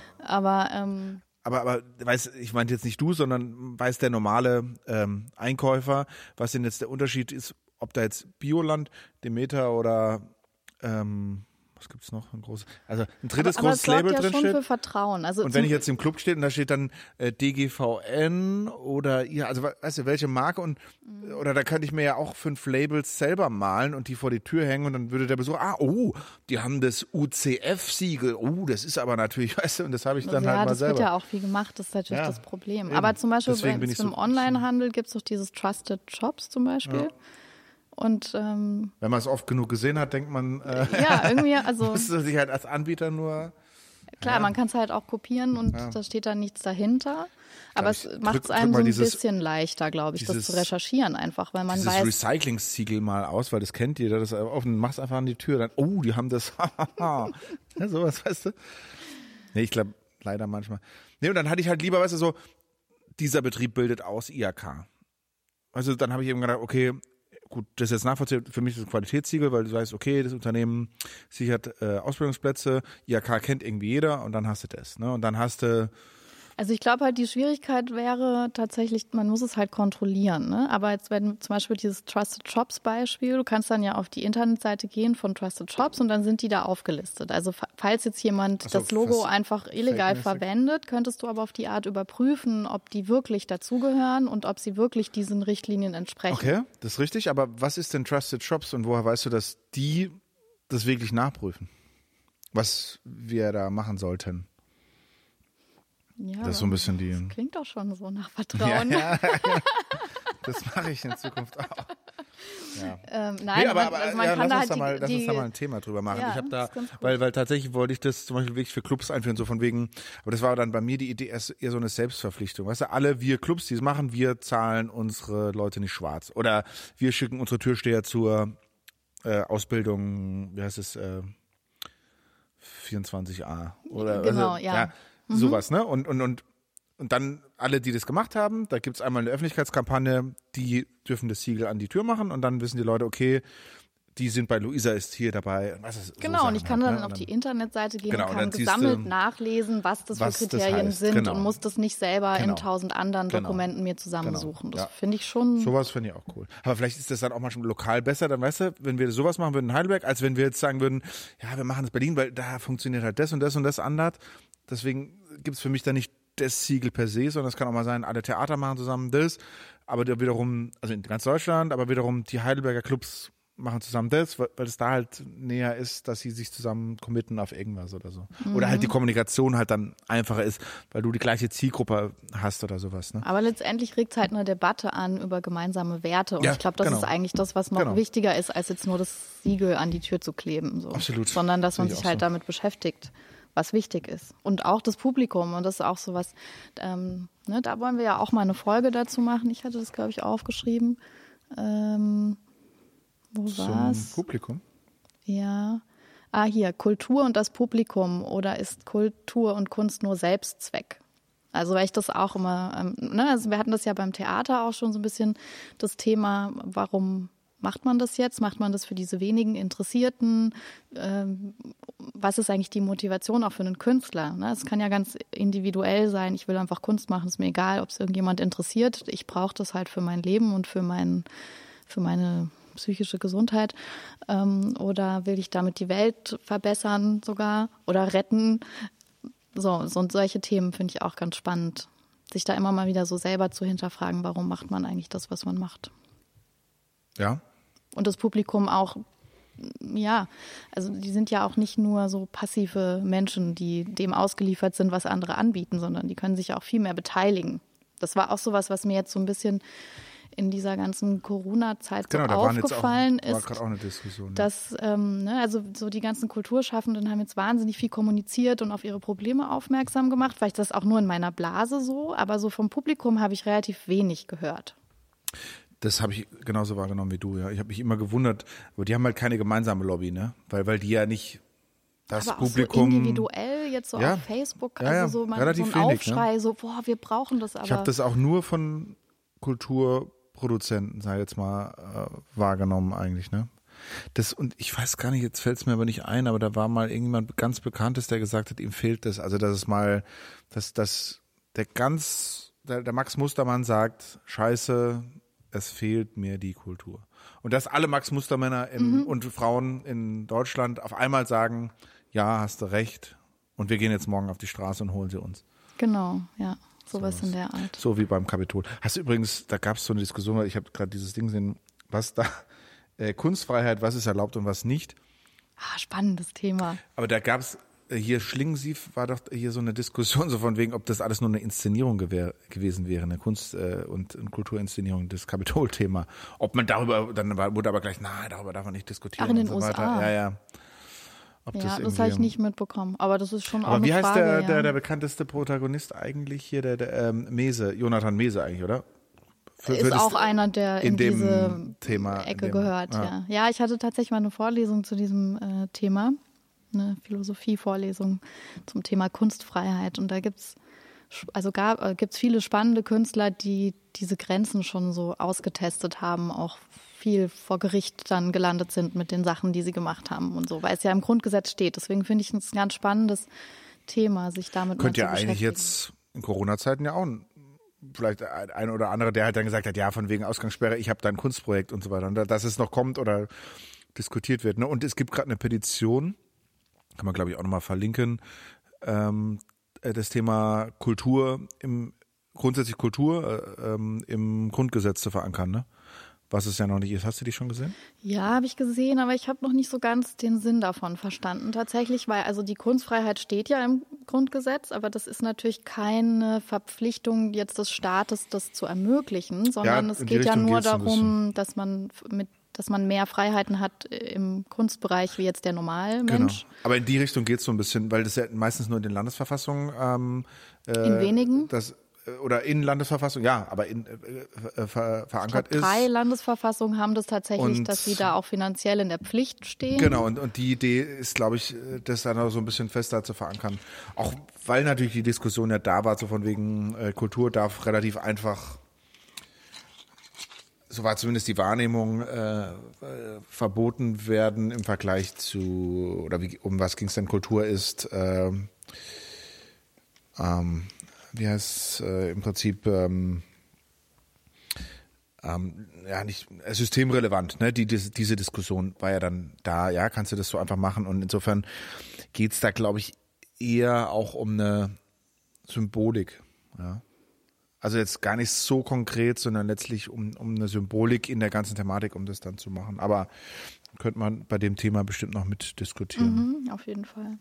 Aber ich meinte jetzt nicht du, sondern weiß der normale Einkäufer, was denn jetzt der Unterschied ist, ob da jetzt Bioland, Demeter oder was gibt's noch? Also ein drittes großes Label drin steht. Aber es sorgt ja schon für Vertrauen. Also und wenn ich jetzt im Club stehe und da steht dann DGVN oder also weißt du, welche Marke oder da könnte ich mir ja auch 5 Labels selber malen und die vor die Tür hängen und dann würde der Besucher, die haben das UCF-Siegel, das ist aber natürlich, weißt du, und das habe ich dann halt mal selber. Ja, das wird ja auch viel gemacht, das ist natürlich das Problem. Eben. Aber zum Beispiel im Onlinehandel gibt es doch dieses Trusted Shops zum Beispiel. Ja. Und wenn man es oft genug gesehen hat, denkt man, ja, irgendwie, also musst du sich halt als Anbieter nur. Klar, man kann es halt auch kopieren und da steht dann nichts dahinter. Aber es macht es einem so ein bisschen leichter, glaube ich, das zu recherchieren einfach, weil man weiß. Dieses Recycling-Siegel mal aus, weil das kennt jeder, das machst einfach an die Tür, dann, die haben das, ja, sowas, weißt du? Nee, ich glaube, leider manchmal. Nee, und dann hatte ich halt lieber, weißt du, so, dieser Betrieb bildet aus IHK. Also dann habe ich eben gedacht, okay, gut, das ist jetzt nachvollziehbar, für mich ist es ein Qualitätssiegel, weil du weißt, okay, das Unternehmen sichert Ausbildungsplätze, IHK kennt irgendwie jeder und dann hast du das, ne? Und dann hast du. Also ich glaube halt, die Schwierigkeit wäre tatsächlich, man muss es halt kontrollieren, ne? Aber jetzt wenn zum Beispiel dieses Trusted Shops Beispiel, du kannst dann ja auf die Internetseite gehen von Trusted Shops und dann sind die da aufgelistet. Also falls jetzt jemand das Logo einfach illegal verwendet, könntest du aber auf die Art überprüfen, ob die wirklich dazugehören und ob sie wirklich diesen Richtlinien entsprechen. Okay, das ist richtig, aber was ist denn Trusted Shops und woher weißt du, dass die das wirklich nachprüfen? Was wir da machen sollten? Ja, das ist so ein bisschen das klingt doch schon so nach Vertrauen. Ja. Das mache ich in Zukunft auch. Ja. Nein, aber man kann lass uns da mal ein Thema drüber machen. Ja, ich habe da, weil tatsächlich wollte ich das zum Beispiel wirklich für Clubs einführen, so von wegen, aber das war dann bei mir die Idee eher so eine Selbstverpflichtung. Weißt du, wir Clubs, die es machen, wir zahlen unsere Leute nicht schwarz. Oder wir schicken unsere Türsteher zur Ausbildung, wie heißt es, 24a. Oder, genau, also, ja. Sowas, ne? Und dann alle, die das gemacht haben, da gibt's einmal eine Öffentlichkeitskampagne, die dürfen das Siegel an die Tür machen und dann wissen die Leute, okay, die sind bei Luisa ist hier dabei. Genau, und ich kann dann auf die Internetseite gehen und kann gesammelt nachlesen, was das für Kriterien sind und muss das nicht selber in 1000 anderen Dokumenten mir zusammensuchen. Das finde ich schon. Sowas finde ich auch cool. Aber vielleicht ist das dann auch mal schon lokal besser, dann weißt du, wenn wir sowas machen würden in Heidelberg, als wenn wir jetzt sagen würden, ja, wir machen das in Berlin, weil da funktioniert halt das und das und das anders. Deswegen gibt's für mich da nicht das Siegel per se, sondern es kann auch mal sein, alle Theater machen zusammen das, aber wiederum, also in ganz Deutschland, aber wiederum die Heidelberger Clubs machen zusammen das, weil es da halt näher ist, dass sie sich zusammen committen auf irgendwas oder so. Oder halt die Kommunikation halt dann einfacher ist, weil du die gleiche Zielgruppe hast oder sowas. Ne? Aber letztendlich regt es halt eine Debatte an über gemeinsame Werte. Und Ja, ich glaube, das ist eigentlich das, was noch wichtiger ist, als jetzt nur das Siegel an die Tür zu kleben. So. Absolut. Sondern, dass man Sehe ich sich auch halt so. damit beschäftigt, was wichtig ist. Und auch das Publikum. Und das ist auch sowas, ne, da wollen wir ja auch mal eine Folge dazu machen. Ich hatte das, glaube ich, aufgeschrieben. Wo war's? Zum Publikum? Ja. Hier, Kultur und das Publikum, oder ist Kultur und Kunst nur Selbstzweck? Also weil ich das auch immer, also wir hatten das ja beim Theater auch schon so ein bisschen das Thema, warum macht man das jetzt? Macht man das für diese wenigen Interessierten? Was ist eigentlich die Motivation auch für einen Künstler? Ne? Es kann ja ganz individuell sein, ich will einfach Kunst machen, ist mir egal, ob es irgendjemand interessiert. Ich brauche das halt für mein Leben und für meine psychische Gesundheit. Oder will ich damit die Welt verbessern sogar oder retten? So und solche Themen finde ich auch ganz spannend, sich da immer mal wieder so selber zu hinterfragen, warum macht man eigentlich das, was man macht. Ja. Und das Publikum auch, ja, also die sind ja auch nicht nur so passive Menschen, die dem ausgeliefert sind, was andere anbieten, sondern die können sich auch viel mehr beteiligen. Das war auch sowas, was mir jetzt so ein bisschen in dieser ganzen Corona-Zeit so aufgefallen ist. War gerade auch eine Diskussion. Dass, also so die ganzen Kulturschaffenden haben jetzt wahnsinnig viel kommuniziert und auf ihre Probleme aufmerksam gemacht. Vielleicht das auch nur in meiner Blase so, aber so vom Publikum habe ich relativ wenig gehört. Das habe ich genauso wahrgenommen wie du, ja. Ich habe mich immer gewundert, aber die haben halt keine gemeinsame Lobby, ne? Weil die ja nicht das aber Publikum. Auch so individuell jetzt so auf Facebook, also so mal so ein wenig, Aufschrei, ne? so, wir brauchen das aber. Ich habe das auch nur von Kulturproduzenten, sag ich jetzt mal, wahrgenommen eigentlich, ne? Und ich weiß gar nicht, jetzt fällt es mir aber nicht ein, aber da war mal irgendjemand ganz Bekanntes, der gesagt hat, ihm fehlt das. Also dass es mal, der Max Mustermann sagt, Scheiße, es fehlt mir die Kultur. Und dass alle Max Mustermänner und Frauen in Deutschland auf einmal sagen, ja, hast du recht, und wir gehen jetzt morgen auf die Straße und holen sie uns. Genau, ja, sowas in der Art. So wie beim Kapitol. Hast du übrigens, da gab es so eine Diskussion, weil ich habe gerade dieses Ding gesehen, was da, Kunstfreiheit, was ist erlaubt und was nicht. Spannendes Thema. Aber da gab es, hier Schlingensief war doch hier so eine Diskussion, so von wegen, ob das alles nur eine Inszenierung gewesen wäre, eine Kunst- und Kulturinszenierung, das Kapitol-Thema. Ob man darüber, dann wurde aber gleich, nein, darüber darf man nicht diskutieren. Ach, in den und so USA. weiter. Ja. Das habe ich nicht mitbekommen, aber das ist schon auch eine Frage. Aber wie heißt der bekannteste Protagonist eigentlich hier, der Mese, Jonathan Mese eigentlich, oder? Ist auch einer, der in diese Thema, Ecke gehört, ja. Ja, ich hatte tatsächlich mal eine Vorlesung zu diesem Thema. Eine Philosophie-Vorlesung zum Thema Kunstfreiheit. Und da gibt's viele spannende Künstler, die diese Grenzen schon so ausgetestet haben, auch viel vor Gericht dann gelandet sind mit den Sachen, die sie gemacht haben und so, weil es ja im Grundgesetz steht. Deswegen finde ich es ein ganz spannendes Thema, sich damit mal zu beschäftigen. Könnte ja eigentlich jetzt in Corona-Zeiten ja auch vielleicht ein oder andere, der halt dann gesagt hat, ja, von wegen Ausgangssperre, ich habe da ein Kunstprojekt und so weiter. Und dass es noch kommt oder diskutiert wird. Ne? Und es gibt gerade eine Petition, kann man, glaube ich, auch nochmal verlinken, das Thema Kultur, grundsätzlich Kultur im Grundgesetz zu verankern, ne? Was es ja noch nicht ist. Hast du die schon gesehen? Ja, habe ich gesehen, aber ich habe noch nicht so ganz den Sinn davon verstanden tatsächlich, weil also die Kunstfreiheit steht ja im Grundgesetz, aber das ist natürlich keine Verpflichtung jetzt des Staates, das zu ermöglichen, sondern es geht ja nur darum, dass man mehr Freiheiten hat im Kunstbereich wie jetzt der Normalmensch. Genau. Aber in die Richtung geht es so ein bisschen, weil das ja meistens nur in den Landesverfassungen in wenigen? Oder in Landesverfassung, ja, aber verankert ist. 3 Landesverfassungen haben das tatsächlich, dass sie da auch finanziell in der Pflicht stehen. Genau, und die Idee ist, glaube ich, das dann auch so ein bisschen fester zu verankern. Auch weil natürlich die Diskussion ja da war, so von wegen Kultur darf relativ einfach, so war zumindest die Wahrnehmung, verboten werden im Vergleich zu, oder um was ging es denn, Kultur ist, wie heißt im Prinzip nicht systemrelevant, ne? Diese Diskussion war ja dann da, ja, kannst du das so einfach machen, und insofern geht es da, glaube ich, eher auch um eine Symbolik, ja. Also jetzt gar nicht so konkret, sondern letztlich um eine Symbolik in der ganzen Thematik, um das dann zu machen. Aber könnte man bei dem Thema bestimmt noch mit diskutieren. Auf jeden Fall.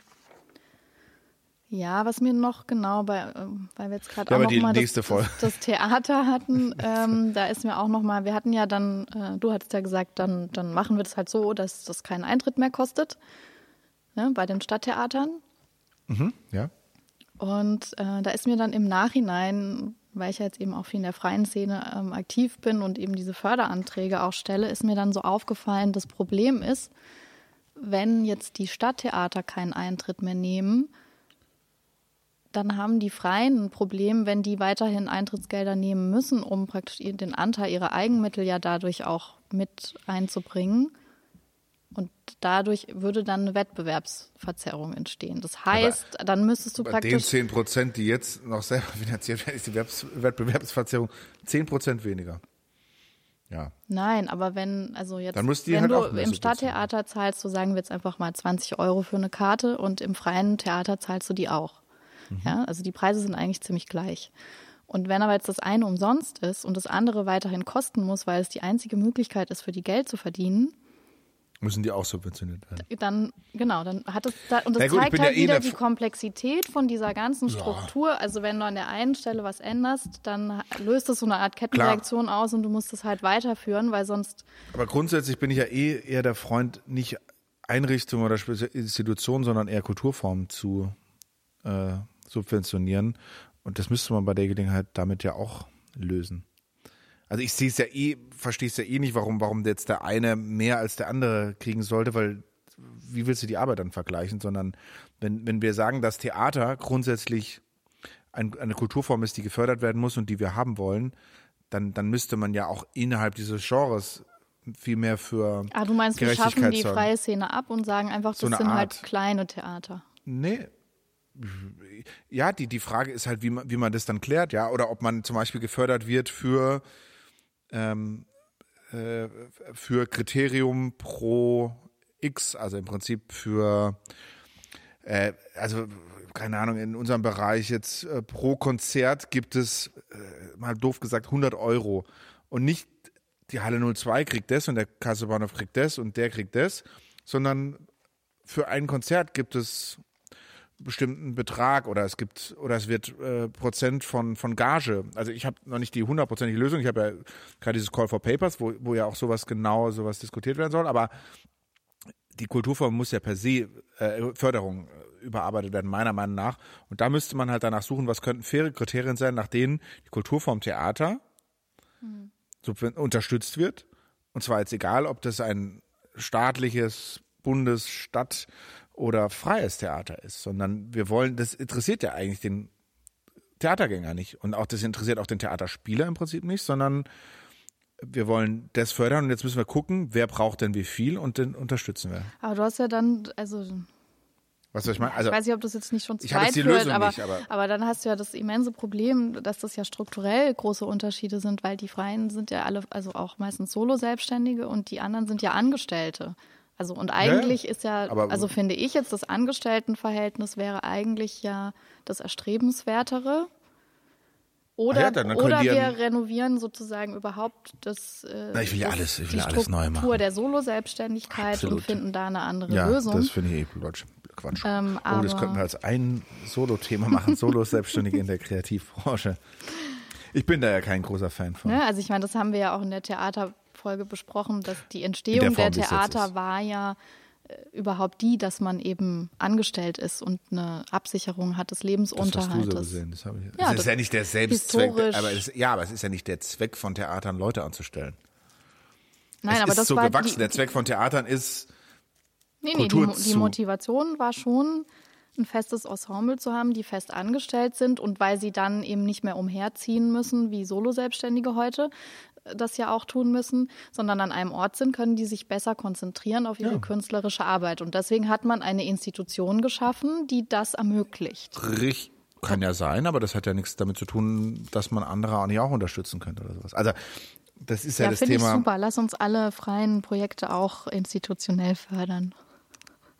Ja, was mir noch genau, weil wir jetzt gerade Ja, auch aber die noch mal nächste Folge. das Theater hatten, da ist mir auch noch mal, wir hatten ja dann, du hattest ja gesagt, dann machen wir das halt so, dass das keinen Eintritt mehr kostet, ne, bei den Stadttheatern. Ja. Und da ist mir dann im Nachhinein, weil ich ja jetzt eben auch viel in der freien Szene aktiv bin und eben diese Förderanträge auch stelle, ist mir dann so aufgefallen, das Problem ist, wenn jetzt die Stadttheater keinen Eintritt mehr nehmen, dann haben die Freien ein Problem, wenn die weiterhin Eintrittsgelder nehmen müssen, um praktisch den Anteil ihrer Eigenmittel ja dadurch auch mit einzubringen. Und dadurch würde dann eine Wettbewerbsverzerrung entstehen. Das heißt, dann müsstest du Bei praktisch... den 10%, die jetzt noch selber finanziert werden, ist die Wettbewerbsverzerrung 10% weniger. Ja. Nein, aber wenn, also jetzt, Dann muss die wenn halt du auch mehr im subventionieren. Stadttheater zahlst, so sagen wir jetzt einfach mal 20 Euro für eine Karte und im freien Theater zahlst du die auch. Ja, also die Preise sind eigentlich ziemlich gleich. Und wenn aber jetzt das eine umsonst ist und das andere weiterhin kosten muss, weil es die einzige Möglichkeit ist, für die Geld zu verdienen, Müssen die auch subventioniert werden. dann hat es da, und das Na gut, ich zeigt bin halt ja wieder der die Komplexität von dieser ganzen Struktur. Also wenn du an der einen Stelle was änderst, dann löst das so eine Art Kettenreaktion aus und du musst es halt weiterführen, weil sonst... Aber grundsätzlich bin ich ja eher der Freund, nicht Einrichtungen oder Institutionen, sondern eher Kulturformen zu subventionieren. Und das müsste man bei der Gelegenheit damit ja auch lösen. Also ich sehe es ja verstehe es ja nicht, warum jetzt der eine mehr als der andere kriegen sollte, weil wie willst du die Arbeit dann vergleichen? Sondern wenn wir sagen, dass Theater grundsätzlich eine Kulturform ist, die gefördert werden muss und die wir haben wollen, dann müsste man ja auch innerhalb dieses Genres viel mehr für du meinst, wir Gerechtigkeit schaffen die sorgen. freie Szene ab und sagen einfach, das So eine sind halt Art. kleine Theater. Nee. Ja, die Frage ist halt, wie man das dann klärt, ja, oder ob man zum Beispiel gefördert wird für Kriterium pro X, also im Prinzip für, also keine Ahnung, in unserem Bereich jetzt pro Konzert gibt es, mal doof gesagt, 100 Euro und nicht die Halle 02 kriegt das und der Kassebahnhof kriegt das und der kriegt das, sondern für ein Konzert gibt es bestimmten Betrag oder es wird Prozent von Gage. Also ich habe noch nicht die 100%ige Lösung. Ich habe ja gerade dieses Call for Papers, wo ja auch sowas diskutiert werden soll. Aber die Kulturform muss ja per se Förderung überarbeitet werden, meiner Meinung nach. Und da müsste man halt danach suchen, was könnten faire Kriterien sein, nach denen die Kulturform Theater unterstützt wird. Und zwar jetzt egal, ob das ein staatliches, Stadt oder freies Theater ist, sondern das interessiert ja eigentlich den Theatergänger nicht und auch das interessiert auch den Theaterspieler im Prinzip nicht, sondern wir wollen das fördern und jetzt müssen wir gucken, wer braucht denn wie viel und den unterstützen wir. Aber du hast ja dann, also Was soll ich meinen? Also, ich weiß nicht, ob das jetzt nicht schon zu ich habe weit jetzt die führt, Lösung nicht, aber dann hast du ja das immense Problem, dass das ja strukturell große Unterschiede sind, weil die Freien sind ja alle, also auch meistens Solo-Selbstständige und die anderen sind ja Angestellte. Also und eigentlich ist ja, also finde ich jetzt, das Angestelltenverhältnis wäre eigentlich ja das Erstrebenswertere. Oder wir renovieren sozusagen überhaupt ich will ja alles die neu machen. Struktur der Solo-Selbstständigkeit und finden da eine andere Lösung. Ja, das finde ich Quatsch. Das könnten wir als ein Solo-Thema machen, Solo-Selbstständige in der Kreativbranche. Ich bin da ja kein großer Fan von. Ja, also ich meine, das haben wir ja auch in der Theaterfolge besprochen, dass die Entstehung der Theater war ja überhaupt dass man eben angestellt ist und eine Absicherung hat des Lebensunterhaltes. Das hast du so gesehen. Das ist ja nicht der Selbstzweck, aber es ist ja nicht der Zweck von Theatern, Leute anzustellen. Nein, aber das ist so gewachsen. Der Zweck von Theatern ist die Motivation war schon, ein festes Ensemble zu haben, die fest angestellt sind und weil sie dann eben nicht mehr umherziehen müssen, wie Solo-Selbstständige heute das ja auch tun müssen, sondern an einem Ort sind, können die sich besser konzentrieren auf ihre künstlerische Arbeit. Und deswegen hat man eine Institution geschaffen, die das ermöglicht. Kann ja sein, aber das hat ja nichts damit zu tun, dass man andere nicht auch unterstützen könnte oder sowas. Also das ist ja das Thema. Ja, finde ich super. Lass uns alle freien Projekte auch institutionell fördern.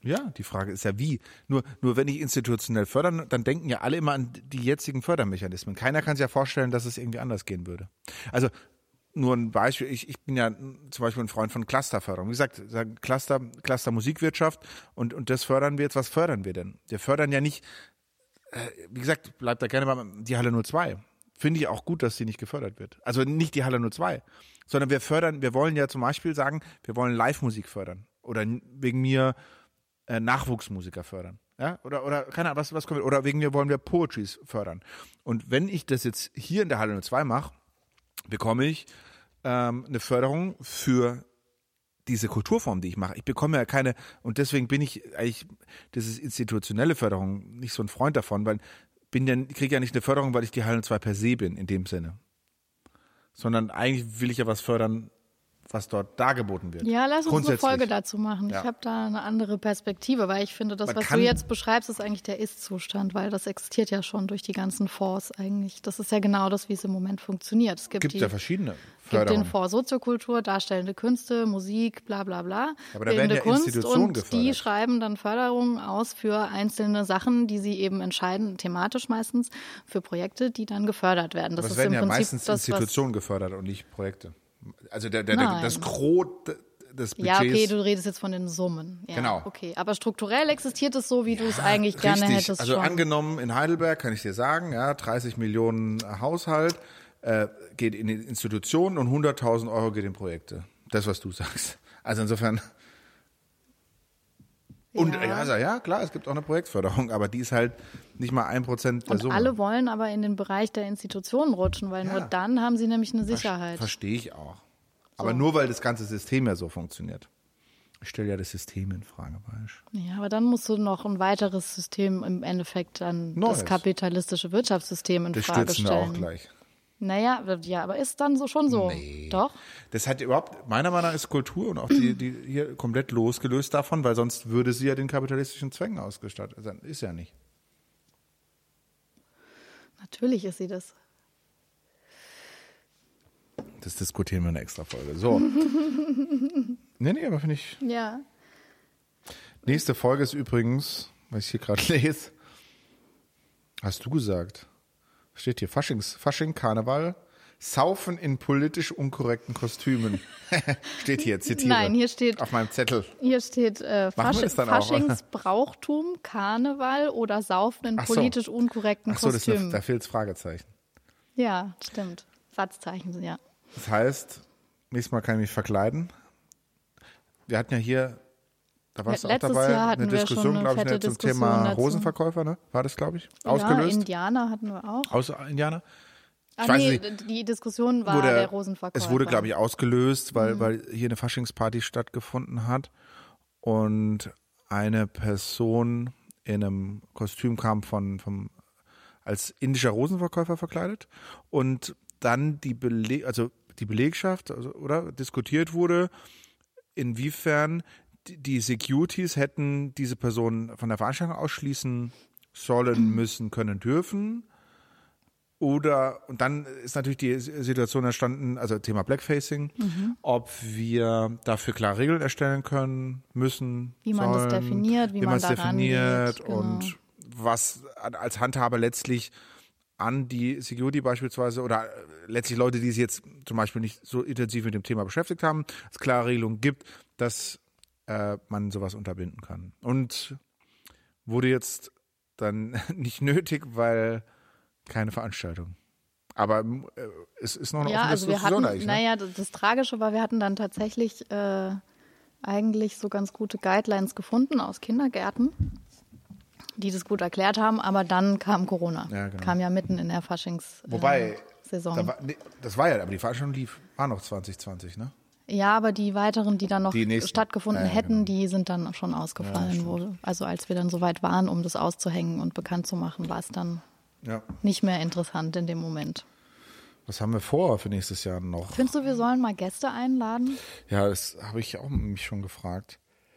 Ja, die Frage ist ja wie. Nur wenn ich institutionell fördern, dann denken ja alle immer an die jetzigen Fördermechanismen. Keiner kann sich ja vorstellen, dass es irgendwie anders gehen würde. Also nur ein Beispiel, ich bin ja zum Beispiel ein Freund von Clusterförderung. Wie gesagt, Cluster Musikwirtschaft und das fördern wir jetzt. Was fördern wir denn? Wir fördern ja nicht, wie gesagt, bleibt da gerne bei die Halle 02. Finde ich auch gut, dass die nicht gefördert wird. Also nicht die Halle 02, sondern wir wollen ja zum Beispiel sagen, wir wollen Live-Musik fördern. Oder wegen mir Nachwuchsmusiker fördern. Ja? Oder keine Ahnung, was kommt. Oder wegen mir wollen wir Poetries fördern. Und wenn ich das jetzt hier in der Halle 02 mache, bekomme ich eine Förderung für diese Kulturform, die ich mache. Ich bekomme ja keine, und deswegen bin ich eigentlich, das ist institutionelle Förderung, nicht so ein Freund davon, weil ich kriege ja nicht eine Förderung, weil ich die Halle 2 per se bin, in dem Sinne. Sondern eigentlich will ich ja was fördern, was dort dargeboten wird. Ja, lass uns eine Folge dazu machen. Ja. Ich habe da eine andere Perspektive, weil ich finde, was du jetzt beschreibst, ist eigentlich der Ist-Zustand, weil das existiert ja schon durch die ganzen Fonds eigentlich. Das ist ja genau das, wie es im Moment funktioniert. Es gibt ja verschiedene Förderungen. Es gibt den Fonds Soziokultur, darstellende Künste, Musik, bla bla bla. Aber da werden ja Kunst Institutionen und gefördert. Die schreiben dann Förderungen aus für einzelne Sachen, die sie eben entscheiden, thematisch meistens, für Projekte, die dann gefördert werden. Das ist werden im Prinzip meistens Institutionen gefördert und nicht Projekte. Also das Gros des Budgets. Ja, okay, du redest jetzt von den Summen. Ja, genau. Okay, aber strukturell existiert es so, wie du es eigentlich gerne hättest. Also schon. Angenommen in Heidelberg, kann ich dir sagen, 30 Millionen Haushalt geht in die Institutionen und 100.000 Euro geht in Projekte. Das, was du sagst. Also insofern. Und ja, klar, es gibt auch eine Projektförderung, aber die ist halt nicht mal 1% der Summe. Alle wollen aber in den Bereich der Institutionen rutschen, weil nur dann haben sie nämlich eine Sicherheit. Verstehe ich auch. Aber nur, weil das ganze System ja so funktioniert. Ich stelle ja das System in Frage, weißt du. Ja, aber dann musst du noch ein weiteres System im Endeffekt dann das kapitalistische Wirtschaftssystem in Frage stellen. Das stürzen wir auch gleich. Naja, ja, aber ist dann schon so? Nee. Doch? Das hat überhaupt, meiner Meinung nach ist Kultur und auch die hier komplett losgelöst davon, weil sonst würde sie ja den kapitalistischen Zwängen ausgestattet. Also, ist ja nicht. Natürlich ist sie das. Das diskutieren wir in einer extra Folge. So. Nee, aber finde ich. Ja. Nächste Folge ist übrigens, was ich hier gerade lese, hast du gesagt. Steht hier Fasching, Karneval, Saufen in politisch unkorrekten Kostümen. Steht hier, zitiere. Nein, hier steht. Auf meinem Zettel. Hier steht Faschingsbrauchtum, Karneval oder Saufen in politisch unkorrekten Kostümen. Da fehlt das Fragezeichen. Ja, stimmt. Satzzeichen, ja. Das heißt, nächstes Mal kann ich mich verkleiden. Wir hatten ja hier, da warst du auch dabei, eine Diskussion, glaube ich, zum Thema Rosenverkäufer, ne? War das, glaube ich, ausgelöst? Ja, Indianer hatten wir auch. Indianer? Die Diskussion war der Rosenverkäufer. Es wurde, glaube ich, ausgelöst, weil hier eine Faschingsparty stattgefunden hat und eine Person in einem Kostüm kam als indischer Rosenverkäufer verkleidet und dann die Belegschaft oder diskutiert wurde, inwiefern die Securities hätten diese Person von der Veranstaltung ausschließen sollen, müssen, können, dürfen. Und dann ist natürlich die Situation entstanden, also Thema Blackfacing, ob wir dafür klare Regeln erstellen können, müssen, wie man das definiert, wie man es definiert genau. Und was als Handhaber letztlich an die Security beispielsweise oder letztlich Leute, die sich jetzt zum Beispiel nicht so intensiv mit dem Thema beschäftigt haben, es klare Regelungen gibt, dass man sowas unterbinden kann. Und wurde jetzt dann nicht nötig, weil keine Veranstaltung. Aber es ist noch eine offene Diskussion eigentlich. Naja, das Tragische war, wir hatten dann tatsächlich eigentlich so ganz gute Guidelines gefunden aus Kindergärten, die das gut erklärt haben, aber dann kam Corona. Ja, genau. Kam ja mitten in der Faschings-Saison. Wobei, das war ja, aber die Veranstaltung war noch 2020, ne? Ja, aber die weiteren, die dann noch stattgefunden hätten, die sind dann schon ausgefallen. Also als wir dann soweit waren, um das auszuhängen und bekannt zu machen, war es dann nicht mehr interessant in dem Moment. Was haben wir vor für nächstes Jahr noch? Findest du, wir sollen mal Gäste einladen? Ja, das habe ich auch mich schon gefragt.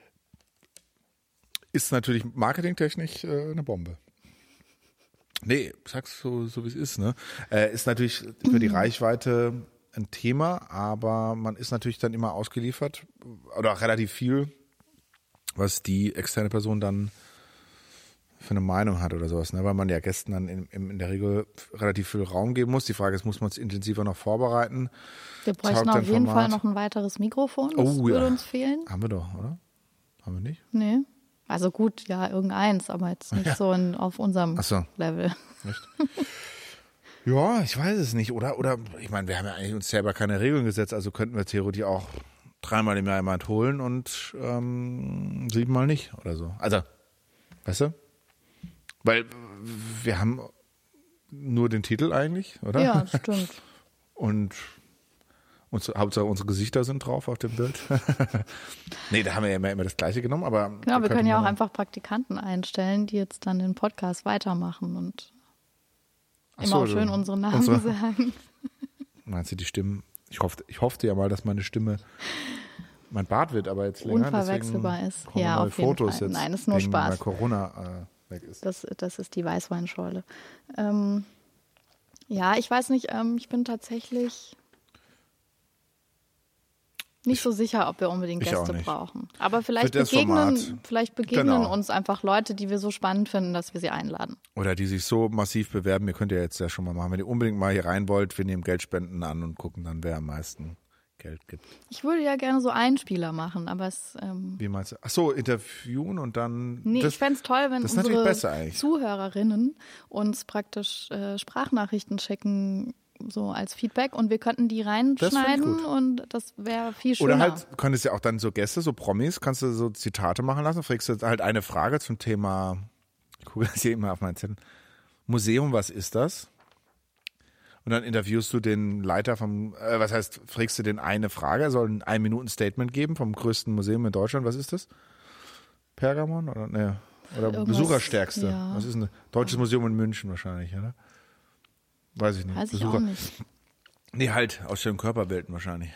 Ist natürlich marketingtechnisch eine Bombe. Nee, sag's so wie es ist, ne? Ist natürlich für die Reichweite ein Thema, aber man ist natürlich dann immer ausgeliefert oder relativ viel was die externe Person dann für eine Meinung hat oder sowas, ne? Weil man ja Gästen dann in der Regel relativ viel Raum geben muss. Die Frage ist, muss man es intensiver noch vorbereiten? Wir bräuchten auf jeden Fall noch ein weiteres Mikrofon, das würde uns fehlen. Haben wir doch, oder? Haben wir nicht? Nee. Also gut, ja, irgendeins, aber jetzt nicht so auf unserem Level. Echt? Ja, ich weiß es nicht. Oder ich meine, wir haben ja eigentlich uns selber keine Regeln gesetzt, also könnten wir theoretisch auch 3-mal im Jahr jemand holen und 7-mal nicht oder so. Also, weißt du? Weil wir haben nur den Titel eigentlich, oder? Ja, das stimmt. Und Hauptsache unsere Gesichter sind drauf auf dem Bild. Nee, da haben wir ja immer das Gleiche genommen, aber. Genau, wir können ja auch einfach Praktikanten einstellen, die jetzt dann den Podcast weitermachen und immer schön unsere Namen sagen. Meinst du die Stimmen? Ich hoffte ja mal, dass meine Stimme mein Bart wird, aber jetzt länger. Unverwechselbar ist. Ja, auf jeden Fotos Fall. Jetzt nein, ist nur Spaß. Weil Corona weg ist. Das ist die Weißweinschorle. Ja, ich weiß nicht, ich bin tatsächlich nicht so sicher, ob wir unbedingt Gäste brauchen. Aber vielleicht begegnen uns einfach Leute, die wir so spannend finden, dass wir sie einladen. Oder die sich so massiv bewerben, ihr könnt ja jetzt ja schon mal machen, wenn ihr unbedingt mal hier rein wollt, wir nehmen Geldspenden an und gucken dann, wer am meisten Geld gibt. Ich würde ja gerne so Einspieler machen, aber es... Wie meinst du? Ach so, interviewen und dann... Nee, ich fände es toll, wenn unsere Zuhörerinnen uns praktisch Sprachnachrichten schicken, so als Feedback, und wir könnten die reinschneiden und das wäre viel schöner. Oder halt, du könntest ja auch dann so Gäste, so Promis, kannst du so Zitate machen lassen, fragst du halt eine Frage zum Thema, ich gucke das hier immer auf meinen Zettel, Museum, was ist das? Und dann interviewst du den Leiter fragst du den eine Frage, er soll ein 1-Minuten-Statement geben vom größten Museum in Deutschland, was ist das? Pergamon? Oder Besucherstärkste? Ja. Was ist denn das? Deutsches Museum in München wahrscheinlich, oder? Weiß ich nicht. Weiß ich auch nicht. Nee, halt, Ausstellung Körperwelten wahrscheinlich.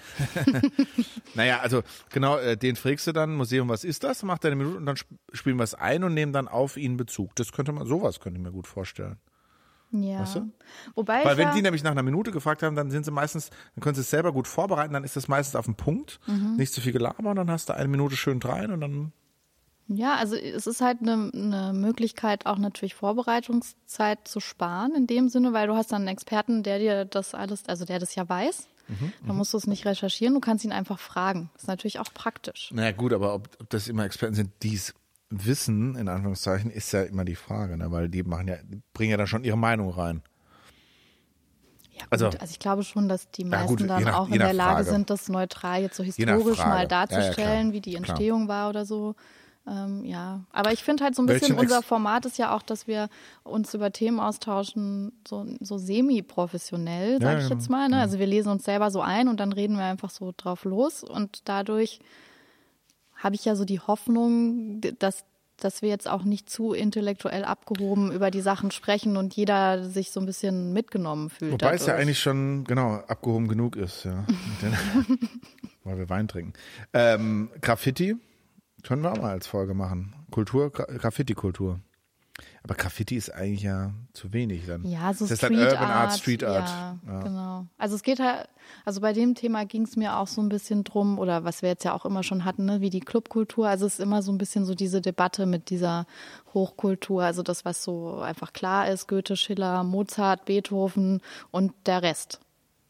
Naja, also genau, den fragst du dann, Museum, was ist das? Macht er eine Minute und dann spielen wir es ein und nehmen dann auf ihn Bezug. Sowas könnte ich mir gut vorstellen. Ja. Weißt du? Weil wenn die nämlich nach einer Minute gefragt haben, dann sind sie meistens, dann können sie es selber gut vorbereiten, dann ist das meistens auf den Punkt, nicht zu viel Gelaber und dann hast du 1 Minute schön rein und dann. Ja, also es ist halt eine Möglichkeit, auch natürlich Vorbereitungszeit zu sparen in dem Sinne, weil du hast dann einen Experten, der dir das alles, also der das ja weiß. Da musst du es nicht recherchieren, du kannst ihn einfach fragen. Das ist natürlich auch praktisch. Naja gut, aber ob das immer Experten sind, die es wissen, in Anführungszeichen, ist ja immer die Frage, ne? Weil die bringen ja dann schon ihre Meinung rein. Ja, gut, also ich glaube schon, dass die meisten dann auch in der Lage sind, das neutral jetzt so historisch mal darzustellen, wie die Entstehung war oder so. Ja, aber ich finde halt so ein bisschen, unser Format ist ja auch, dass wir uns über Themen austauschen, so semi-professionell, sag ich jetzt mal. Ne? Also wir lesen uns selber so ein und dann reden wir einfach so drauf los und dadurch habe ich ja so die Hoffnung, dass wir jetzt auch nicht zu intellektuell abgehoben über die Sachen sprechen und jeder sich so ein bisschen mitgenommen fühlt. Wobei es ja eigentlich schon, abgehoben genug ist, ja. Weil wir Wein trinken. Graffiti können wir auch mal als Folge machen. Graffiti-Kultur. Aber Graffiti ist eigentlich ja zu wenig dann. Ja, so das Street ist dann Urban Art, Street Art. Ja, genau. Also es geht halt, also bei dem Thema ging es mir auch so ein bisschen drum, oder was wir jetzt ja auch immer schon hatten, ne, wie die Clubkultur. Also es ist immer so ein bisschen so diese Debatte mit dieser Hochkultur, also das, was so einfach klar ist, Goethe, Schiller, Mozart, Beethoven und der Rest.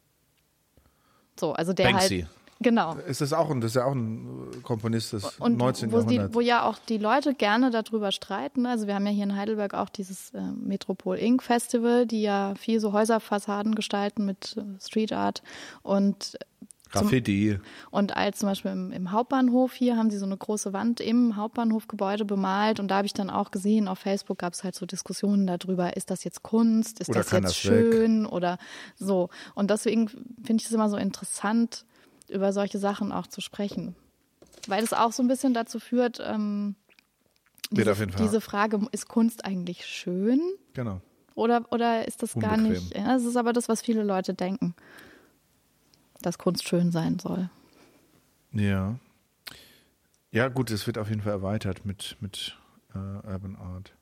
So, also der Banksy. halt. Genau. Das ist ja auch ein Komponist des 19. Jahrhunderts. Wo ja auch die Leute gerne darüber streiten. Also wir haben ja hier in Heidelberg auch dieses Metropol Ink Festival, die ja viel so Häuserfassaden gestalten mit Street Art und Graffiti. Und als zum Beispiel im Hauptbahnhof hier haben sie so eine große Wand im Hauptbahnhofgebäude bemalt und da habe ich dann auch gesehen, auf Facebook gab es halt so Diskussionen darüber, ist das jetzt Kunst, ist oder das jetzt schön oder so. Und deswegen finde ich es immer so interessant, über solche Sachen auch zu sprechen. Weil es auch so ein bisschen dazu führt, diese Frage, ist Kunst eigentlich schön? Genau. Oder ist das gar nicht? Ja, das ist aber das, was viele Leute denken, dass Kunst schön sein soll. Ja. Ja, gut, es wird auf jeden Fall erweitert mit Urban Art.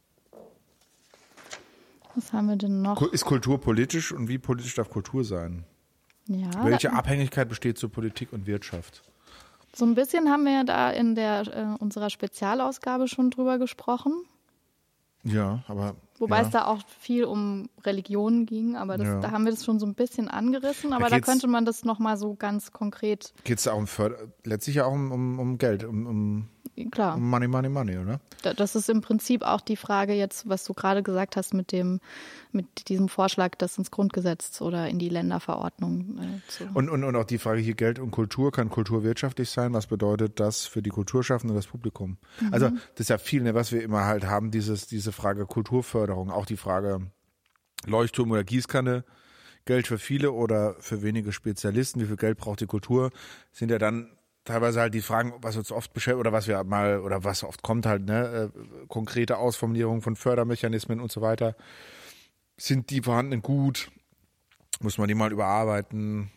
Was haben wir denn noch? Ist Kultur politisch und wie politisch darf Kultur sein? Ja, welche Abhängigkeit besteht zu Politik und Wirtschaft? So ein bisschen haben wir ja da in unserer Spezialausgabe schon drüber gesprochen. Ja, aber. Wobei es da auch viel um Religionen ging, aber da haben wir das schon so ein bisschen angerissen. Aber da könnte man das nochmal so ganz konkret. Geht es da letztlich ja auch um Geld, Klar. Um Money, Money, Money, oder? Das ist im Prinzip auch die Frage jetzt, was du gerade gesagt hast mit diesem Vorschlag, das ins Grundgesetz oder in die Länderverordnung zu. Und auch die Frage hier, Geld und Kultur, kann Kultur wirtschaftlich sein? Was bedeutet das für die Kulturschaffenden und das Publikum? Also das ist ja viel, ne, was wir immer halt haben, diese Frage Kulturförderung, auch die Frage Leuchtturm oder Gießkanne, Geld für viele oder für wenige Spezialisten, wie viel Geld braucht die Kultur, sind ja dann teilweise halt die Fragen, was uns oft beschäftigt oder was wir mal oder was oft kommt halt, ne, konkrete Ausformulierung von Fördermechanismen und so weiter. Sind die vorhandenen gut? Muss man die mal überarbeiten?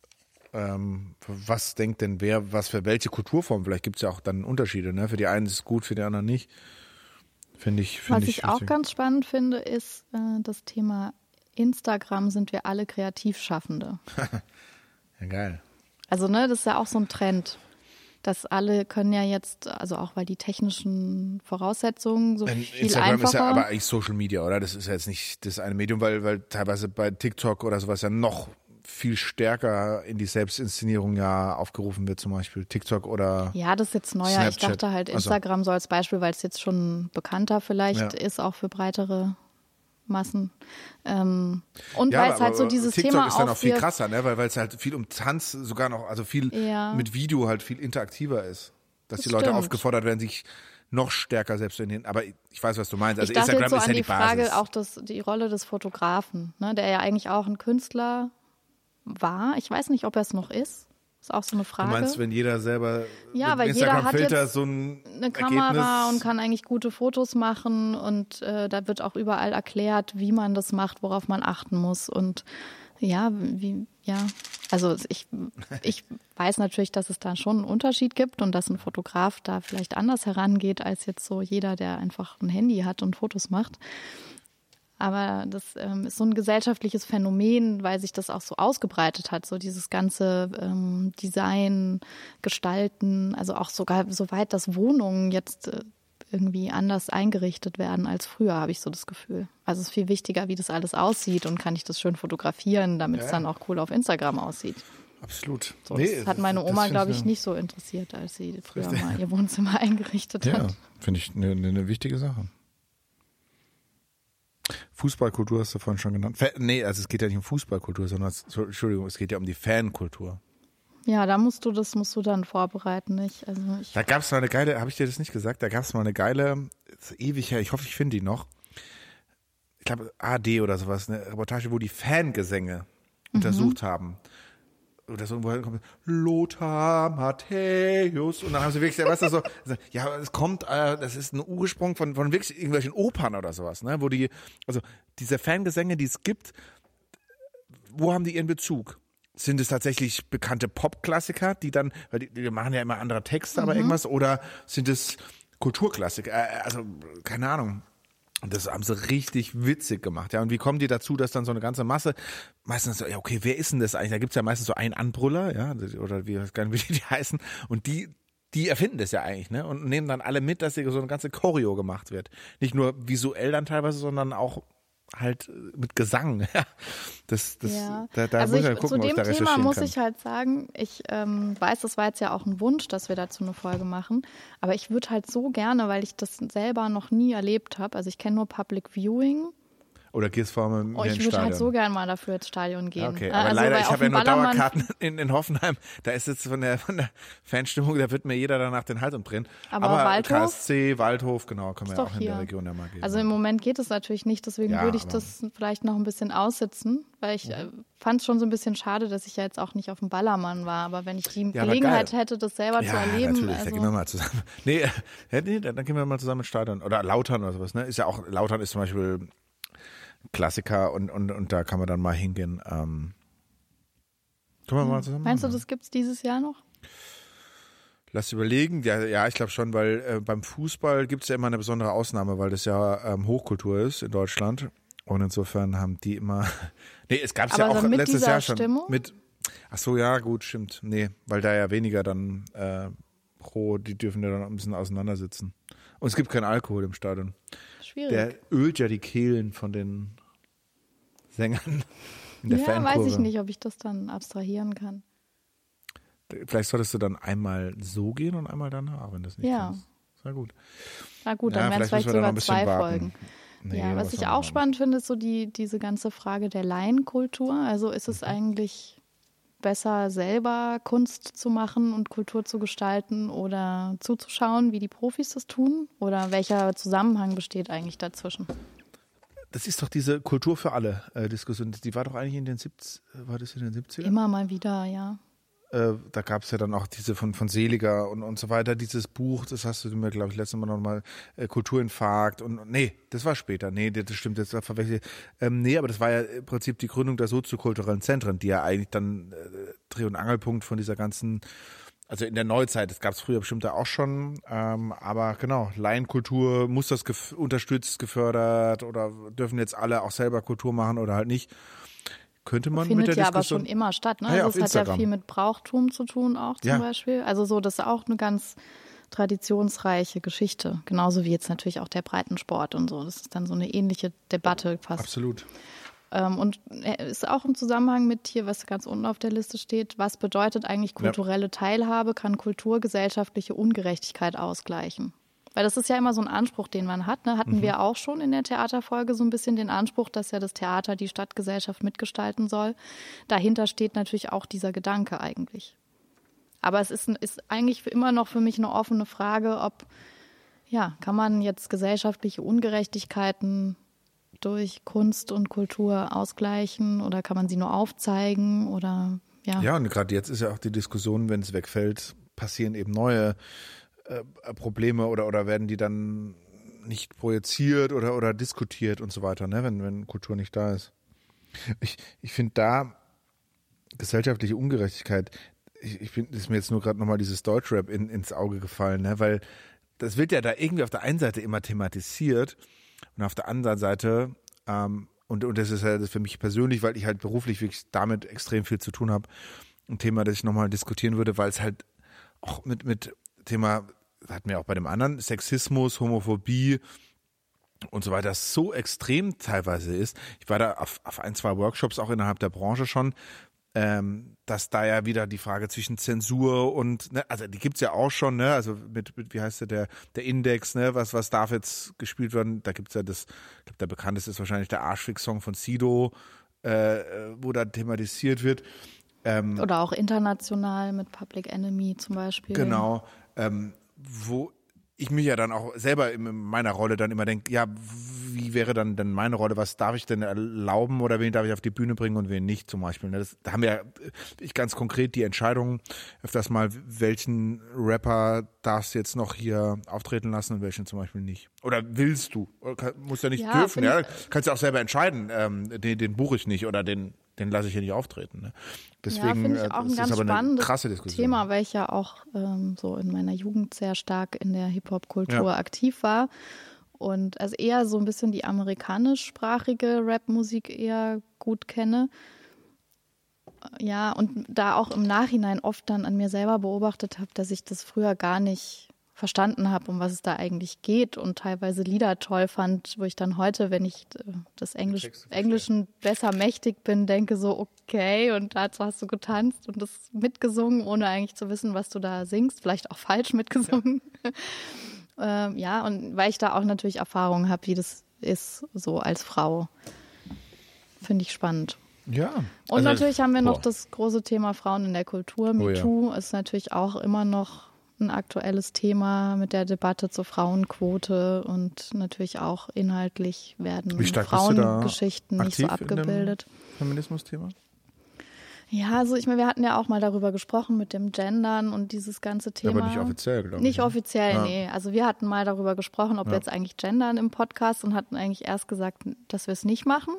Was denkt denn wer, was für welche Kulturform? Vielleicht gibt es ja auch dann Unterschiede, ne? Für die einen ist es gut, für die anderen nicht. Was ich auch ganz spannend finde, ist das Thema Instagram sind wir alle Kreativschaffende. Ja, geil. Also, ne, das ist ja auch so ein Trend, dass alle können ja jetzt, also auch weil die technischen Voraussetzungen so viel Instagram einfacher. Ist ja aber eigentlich Social Media, oder? Das ist ja jetzt nicht das eine Medium, weil teilweise bei TikTok oder sowas ja noch viel stärker in die Selbstinszenierung ja aufgerufen wird, zum Beispiel TikTok oder Ja, das ist jetzt neuer. Snapchat. Ich dachte halt Instagram so als Beispiel, weil es jetzt schon bekannter vielleicht ist, auch für breitere Massen. Und weil es halt so dieses TikTok Thema ist dann auch viel aufwirft. krasser, ne? Weil es halt viel um Tanz sogar noch, also viel mit Video halt viel interaktiver ist. Dass die Leute aufgefordert werden, sich noch stärker selbst zu nehmen. Aber ich weiß, was du meinst. Also ich dachte Instagram jetzt so ist ja an die Basis. Frage auch die Rolle des Fotografen, ne? Der ja eigentlich auch ein Künstler war. Ich weiß nicht, ob er es noch ist. Ist auch so eine Frage. Du meinst, wenn jeder selber ja, mit weil jeder hat Instagram-Filter jetzt so ein eine Kamera und kann eigentlich gute Fotos machen und da wird auch überall erklärt, wie man das macht, worauf man achten muss und also ich weiß natürlich, dass es da schon einen Unterschied gibt und dass ein Fotograf da vielleicht anders herangeht als jetzt so jeder, der einfach ein Handy hat und Fotos macht. Aber das ist so ein gesellschaftliches Phänomen, weil sich das auch so ausgebreitet hat, so dieses ganze Design, Gestalten, also auch sogar so weit, dass Wohnungen jetzt irgendwie anders eingerichtet werden als früher, habe ich so das Gefühl. Also es ist viel wichtiger, wie das alles aussieht und kann ich das schön fotografieren, damit es dann auch cool auf Instagram aussieht. Absolut. So, das hat meine Oma, glaube ich, nicht so interessiert, als sie früher mal ihr Wohnzimmer eingerichtet hat. Ja, finde ich eine wichtige Sache. Fußballkultur hast du vorhin schon genannt. Nee, also es geht ja nicht um Fußballkultur, sondern es geht ja um die Fankultur. Ja, da musst du dann vorbereiten, nicht? Also da gab es mal eine geile, habe ich dir das nicht gesagt? Da gab es mal eine geile, ist ewig her, ich hoffe, ich finde die noch. Ich glaube, AD oder sowas, eine Reportage, wo die Fangesänge untersucht haben. Oder so, wo kommt Lothar Matthäus und dann haben sie wirklich, weißt du, so, ja, es kommt, das ist ein Ursprung von wirklich irgendwelchen Opern oder sowas, ne, wo also diese Fangesänge, die es gibt, wo haben die ihren Bezug? Sind es tatsächlich bekannte Popklassiker, die dann, weil die machen ja immer andere Texte, aber irgendwas, oder sind es Kulturklassiker, also keine Ahnung. Und das haben sie richtig witzig gemacht, ja. Und wie kommen die dazu, dass dann so eine ganze Masse, meistens so, ja, okay, wer ist denn das eigentlich? Da gibt's ja meistens so einen Anbrüller, ja, oder wie, weiß gar nicht, wie die heißen. Und die erfinden das ja eigentlich, ne? Und nehmen dann alle mit, dass hier so eine ganze Choreo gemacht wird. Nicht nur visuell dann teilweise, sondern auch halt mit Gesang. Da also muss ich gucken, zu dem da Thema muss kann. ich halt sagen, ich weiß, das war jetzt ja auch ein Wunsch, dass wir dazu eine Folge machen, aber ich würde halt so gerne, weil ich das selber noch nie erlebt habe, also ich kenne nur Public Viewing. Oder gehst du vor mir ich würde halt so gerne mal dafür ins Stadion gehen. Okay, aber also, leider, ich habe ja nur Dauerkarten in Hoffenheim. Da ist jetzt von der Fanstimmung, da wird mir jeder danach den Hals umdrehen. Aber Waldhof? KSC, Waldhof, genau, können wir ja auch in der Region ja mal gehen. Also im Moment geht es natürlich nicht, deswegen würde ich das vielleicht noch ein bisschen aussitzen, weil ich fand es schon so ein bisschen schade, dass ich ja jetzt auch nicht auf dem Ballermann war, aber wenn ich die Gelegenheit hätte, das selber zu erleben. Ja, natürlich, da gehen wir mal zusammen. Nee, dann gehen wir mal zusammen ins Stadion. Oder Lautern oder sowas, ne? Ist ja auch, Lautern ist zum Beispiel Klassiker und da kann man dann mal hingehen. Können wir mal zusammen Meinst du, das gibt's dieses Jahr noch? Lass überlegen. Ja, ich glaube schon, weil beim Fußball gibt es ja immer eine besondere Ausnahme, weil das ja Hochkultur ist in Deutschland. Und insofern haben die immer. Nee, es gab es ja auch mit letztes dieser Jahr schon. Stimmung? Ach so, ja, gut, stimmt. Nee, weil da ja weniger dann die dürfen ja dann ein bisschen auseinandersitzen. Und es gibt keinen Alkohol im Stadion. Schwierig. Der ölt ja die Kehlen von den Sängern in der Fankurve. Ja, weiß ich nicht, ob ich das dann abstrahieren kann. Vielleicht solltest du dann einmal so gehen und einmal danach, wenn das nicht kannst. Sehr gut. Na gut, dann wären es vielleicht sogar 2 Folgen. Nee, ja, was ich auch spannend finde, ist so diese ganze Frage der Laienkultur. Also ist es eigentlich besser, selber Kunst zu machen und Kultur zu gestalten oder zuzuschauen, wie die Profis das tun? Oder welcher Zusammenhang besteht eigentlich dazwischen? Das ist doch diese Kultur für alle Diskussion. Die war doch eigentlich in den 70ern? Immer mal wieder, ja. Da gab es ja dann auch diese von Seliger und so weiter, dieses Buch, das hast du mir, glaube ich, letztes Mal nochmal, Kulturinfarkt nee, das war später, nee, das stimmt, das war verwechselt. Nee, aber das war ja im Prinzip die Gründung der soziokulturellen Zentren, die ja eigentlich dann Dreh- und Angelpunkt von dieser ganzen, also in der Neuzeit, das gab es früher bestimmt auch schon, aber genau, Laienkultur, muss das unterstützt, gefördert oder dürfen jetzt alle auch selber Kultur machen oder halt nicht? Könnte man findet mit der ja Diskussion, aber schon immer statt. Ne? Ja, Also es hat ja viel mit Brauchtum zu tun auch zum Beispiel. Also so, das ist auch eine ganz traditionsreiche Geschichte. Genauso wie jetzt natürlich auch der Breitensport und so. Das ist dann so eine ähnliche Debatte fast. Absolut. Und ist auch im Zusammenhang mit hier, was ganz unten auf der Liste steht, was bedeutet eigentlich kulturelle Teilhabe? Kann Kultur gesellschaftliche Ungerechtigkeit ausgleichen? Weil das ist ja immer so ein Anspruch, den man hat. Ne? Hatten wir auch schon in der Theaterfolge so ein bisschen den Anspruch, dass ja das Theater die Stadtgesellschaft mitgestalten soll. Dahinter steht natürlich auch dieser Gedanke eigentlich. Aber es ist eigentlich immer noch für mich eine offene Frage, kann man jetzt gesellschaftliche Ungerechtigkeiten durch Kunst und Kultur ausgleichen oder kann man sie nur aufzeigen oder ja. Ja, und gerade jetzt ist ja auch die Diskussion, wenn es wegfällt, passieren eben neue Probleme oder werden die dann nicht projiziert oder diskutiert und so weiter, ne, wenn Kultur nicht da ist. Ich finde da gesellschaftliche Ungerechtigkeit, ist mir jetzt nur gerade nochmal dieses Deutschrap ins Auge gefallen, ne, weil das wird ja da irgendwie auf der einen Seite immer thematisiert und auf der anderen Seite und das ist ja für mich persönlich, weil ich halt beruflich wirklich damit extrem viel zu tun habe, ein Thema, das ich nochmal diskutieren würde, weil es halt auch mit Thema, hatten wir auch bei dem anderen, Sexismus, Homophobie und so weiter, so extrem teilweise ist. Ich war da auf 1, 2 Workshops auch innerhalb der Branche schon, dass da ja wieder die Frage zwischen Zensur und, ne, also die gibt's ja auch schon, ne, also mit wie heißt der Index, ne, was darf jetzt gespielt werden, da gibt's ja ich glaube, der bekannteste ist wahrscheinlich der Arschfix-Song von Sido, wo da thematisiert wird. Oder auch international mit Public Enemy zum Beispiel. Genau, wo ich mich ja dann auch selber in meiner Rolle dann immer denke, ja, wie wäre dann denn meine Rolle, was darf ich denn erlauben oder wen darf ich auf die Bühne bringen und wen nicht zum Beispiel. Da haben wir ich ganz konkret die Entscheidung öfters mal, welchen Rapper darfst du jetzt noch hier auftreten lassen und welchen zum Beispiel nicht. Oder willst du? Musst ja nicht dürfen, ja. Kannst du auch selber entscheiden, den buche ich nicht oder den lasse ich hier nicht auftreten. Ne? Deswegen finde ich auch ein ganz spannendes Thema, weil ich ja auch so in meiner Jugend sehr stark in der Hip-Hop-Kultur aktiv war und also eher so ein bisschen die amerikanischsprachige Rap-Musik eher gut kenne. Ja, und da auch im Nachhinein oft dann an mir selber beobachtet habe, dass ich das früher gar nicht verstanden habe, um was es da eigentlich geht und teilweise Lieder toll fand, wo ich dann heute, wenn ich des Englischen besser mächtig bin, denke so, okay, und dazu hast du getanzt und das mitgesungen, ohne eigentlich zu wissen, was du da singst, vielleicht auch falsch mitgesungen. Ja, und weil ich da auch natürlich Erfahrungen habe, wie das ist, so als Frau. Finde ich spannend. Ja. Und natürlich haben wir noch das große Thema Frauen in der Kultur. MeToo ist natürlich auch immer noch ein aktuelles Thema mit der Debatte zur Frauenquote und natürlich auch inhaltlich werden Frauengeschichten nicht so abgebildet. Feminismus-Thema? Ja, also ich meine, wir hatten ja auch mal darüber gesprochen mit dem Gendern und dieses ganze Thema. Aber nicht offiziell, glaube ich. Nicht offiziell, nee. Also wir hatten mal darüber gesprochen, ob wir jetzt eigentlich gendern im Podcast und hatten eigentlich erst gesagt, dass wir es nicht machen.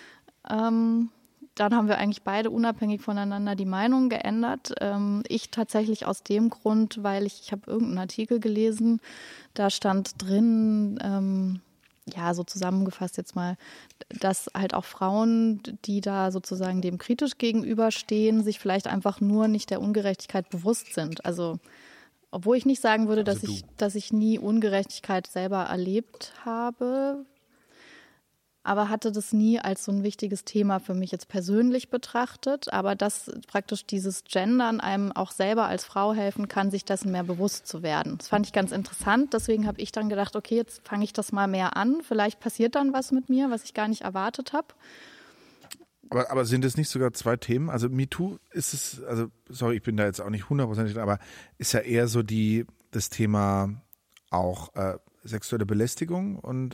Dann haben wir eigentlich beide unabhängig voneinander die Meinung geändert. Ich tatsächlich aus dem Grund, weil ich habe irgendeinen Artikel gelesen, da stand drin, ja, so zusammengefasst jetzt mal, dass halt auch Frauen, die da sozusagen dem kritisch gegenüberstehen, sich vielleicht einfach nur nicht der Ungerechtigkeit bewusst sind. Also obwohl ich nicht sagen würde, dass ich nie Ungerechtigkeit selber erlebt habe, aber hatte das nie als so ein wichtiges Thema für mich jetzt persönlich betrachtet. Aber dass praktisch dieses Gendern einem auch selber als Frau helfen kann, sich dessen mehr bewusst zu werden. Das fand ich ganz interessant. Deswegen habe ich dann gedacht, okay, jetzt fange ich das mal mehr an. Vielleicht passiert dann was mit mir, was ich gar nicht erwartet habe. Aber sind es nicht sogar zwei Themen? Also MeToo ist es, also sorry, ich bin da jetzt auch nicht 100%, aber ist ja eher so das Thema auch sexuelle Belästigung und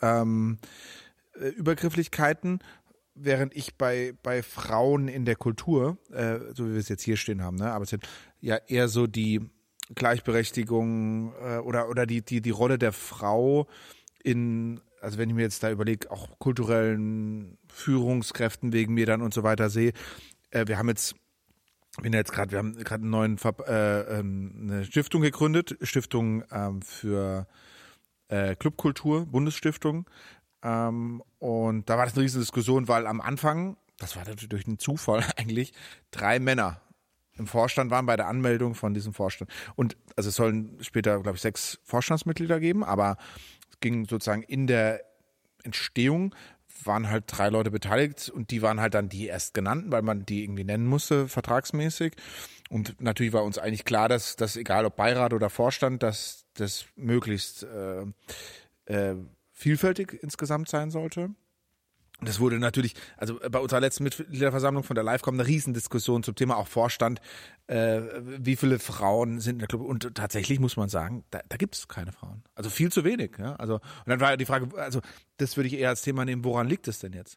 Übergrifflichkeiten, während ich bei Frauen in der Kultur, so wie wir es jetzt hier stehen haben, ne, aber es sind ja eher so die Gleichberechtigung oder die Rolle der Frau also wenn ich mir jetzt da überlege, auch kulturellen Führungskräften wegen mir dann und so weiter sehe, wir haben gerade einen neuen eine Stiftung gegründet, Stiftung für Clubkultur, Bundesstiftung. Und da war das eine riesen Diskussion, weil am Anfang, das war natürlich durch einen Zufall eigentlich, 3 Männer im Vorstand waren bei der Anmeldung von diesem Vorstand. Und also es sollen später, glaube ich, 6 Vorstandsmitglieder geben, aber es ging sozusagen in der Entstehung, waren halt 3 Leute beteiligt und die waren halt dann die erstgenannten, weil man die irgendwie nennen musste, vertragsmäßig. Und natürlich war uns eigentlich klar, dass egal ob Beirat oder Vorstand, dass das möglichst vielfältig insgesamt sein sollte. Und das wurde natürlich, also bei unserer letzten Mitgliederversammlung von der Livecom eine Riesendiskussion zum Thema auch Vorstand, wie viele Frauen sind in der Club. Und tatsächlich muss man sagen, da gibt es keine Frauen. Also viel zu wenig. Ja? Also, und dann war die Frage, also das würde ich eher als Thema nehmen, woran liegt es denn jetzt?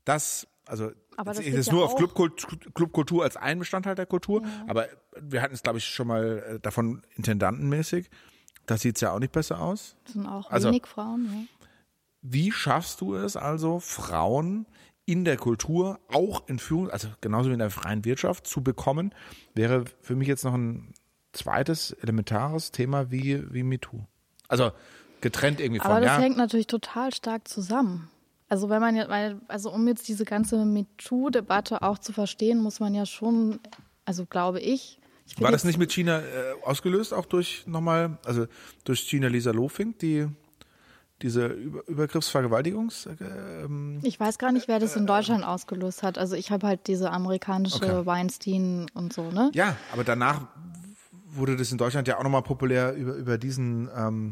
Aber das ist nur auf Clubkultur als ein Bestandteil der Kultur, ja. Aber wir hatten es, glaube ich, schon mal davon intendantenmäßig. Das sieht es ja auch nicht besser aus. Das sind auch wenig Frauen, ja. Wie schaffst du es also, Frauen in der Kultur, auch in Führung, also genauso wie in der freien Wirtschaft, zu bekommen? Wäre für mich jetzt noch ein zweites elementares Thema wie MeToo. Also getrennt irgendwie von. Aber das hängt natürlich total stark zusammen. Also wenn man um jetzt diese ganze MeToo-Debatte auch zu verstehen, muss man ja schon, also glaube ich. War das nicht mit China ausgelöst, auch durch China Lisa Lofink, diese Übergriffsvergewaltigungs? Ich weiß gar nicht, wer das in Deutschland ausgelöst hat. Also ich habe halt diese amerikanische Weinstein und so, ne? Ja, aber danach wurde das in Deutschland ja auch nochmal populär über dieses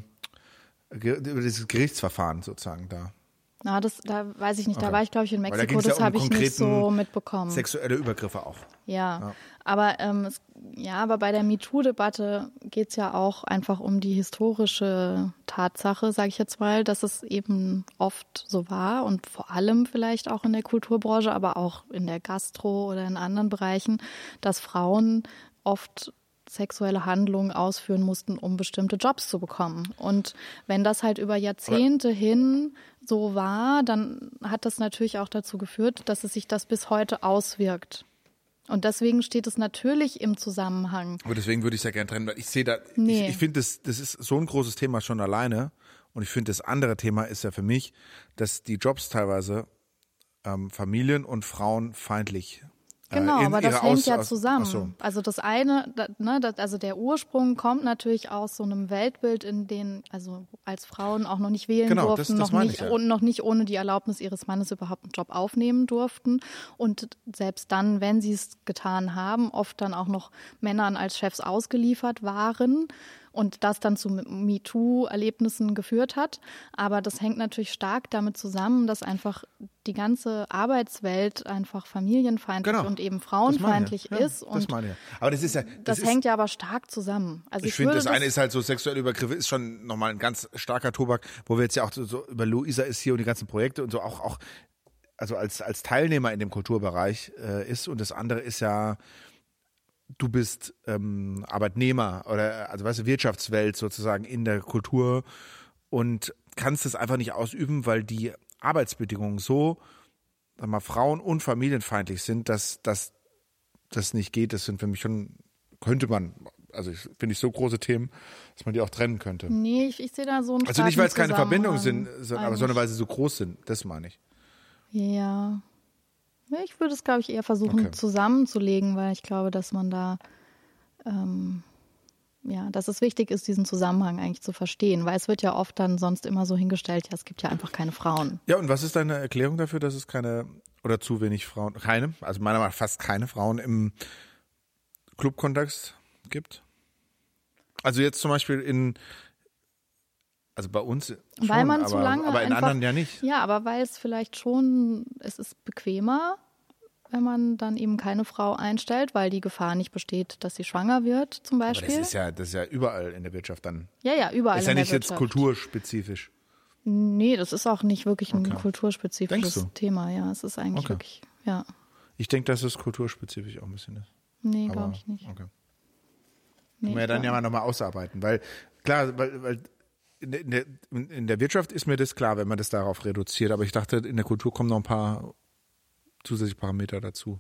Gerichtsverfahren sozusagen da. Na, da weiß ich nicht. Da war ich, glaube ich, in Mexiko. Das habe ich nicht so mitbekommen. Sexuelle Übergriffe auch. Ja. Aber bei der MeToo-Debatte geht es ja auch einfach um die historische Tatsache, sage ich jetzt mal, dass es eben oft so war und vor allem vielleicht auch in der Kulturbranche, aber auch in der Gastro oder in anderen Bereichen, dass Frauen oft sexuelle Handlungen ausführen mussten, um bestimmte Jobs zu bekommen. Und wenn das halt über Jahrzehnte hin so war, dann hat das natürlich auch dazu geführt, dass es sich das bis heute auswirkt. Und deswegen steht es natürlich im Zusammenhang. Aber deswegen würde ich es ja gerne trennen, weil ich sehe da, ich finde, das ist so ein großes Thema schon alleine. Und ich finde, das andere Thema ist ja für mich, dass die Jobs teilweise familien- und frauenfeindlich Genau, aber das hängt ja zusammen. So. Also das eine, also der Ursprung kommt natürlich aus so einem Weltbild, in dem also als Frauen auch noch nicht wählen durften, und noch nicht ohne die Erlaubnis ihres Mannes überhaupt einen Job aufnehmen durften. Und selbst dann, wenn sie es getan haben, oft dann auch noch Männern als Chefs ausgeliefert waren. Und das dann zu MeToo-Erlebnissen geführt hat. Aber das hängt natürlich stark damit zusammen, dass einfach die ganze Arbeitswelt einfach familienfeindlich und eben frauenfeindlich ist. Und das meine ich. Aber das hängt ja aber stark zusammen. Also ich finde, das eine ist halt so, sexuelle Übergriffe ist schon nochmal ein ganz starker Tobak, wo wir jetzt ja auch so über Luisa ist hier und die ganzen Projekte und so auch also als Teilnehmer in dem Kulturbereich ist. Und das andere ist ja, du bist Arbeitnehmer oder also weißt du, Wirtschaftswelt sozusagen in der Kultur und kannst es einfach nicht ausüben, weil die Arbeitsbedingungen so, sag mal, frauen- und familienfeindlich sind, dass das nicht geht. Das sind für mich schon, könnte man also finde ich so große Themen, dass man die auch trennen könnte. Nee, ich sehe da so einen Also nicht, weil es keine Verbindungen sind, aber sondern weil sie so groß sind. Das meine ich. Ja. Ich würde es, glaube ich, eher versuchen zusammenzulegen, weil ich glaube, dass man da, dass es wichtig ist, diesen Zusammenhang eigentlich zu verstehen, weil es wird ja oft dann sonst immer so hingestellt, ja, es gibt ja einfach keine Frauen. Ja, und was ist deine Erklärung dafür, dass es keine oder zu wenig Frauen, also meiner Meinung nach fast keine Frauen im Clubkontext gibt? Also jetzt zum Beispiel also bei uns schon, weil man zu lange aber in einfach, anderen ja nicht. Ja, aber weil es vielleicht schon, es ist bequemer, wenn man dann eben keine Frau einstellt, weil die Gefahr nicht besteht, dass sie schwanger wird zum Beispiel. Aber das ist ja überall in der Wirtschaft dann. Ja, überall in der Wirtschaft. Das ist ja nicht jetzt kulturspezifisch. Nee, das ist auch nicht wirklich ein kulturspezifisches Thema. Ja, es ist eigentlich wirklich, ja. Ich denke, dass es kulturspezifisch auch ein bisschen ist. Nee, glaube ich nicht. Okay. Nee, können wir dann ja mal nochmal ausarbeiten, weil klar, weil in der Wirtschaft ist mir das klar, wenn man das darauf reduziert, aber ich dachte, in der Kultur kommen noch ein paar zusätzliche Parameter dazu.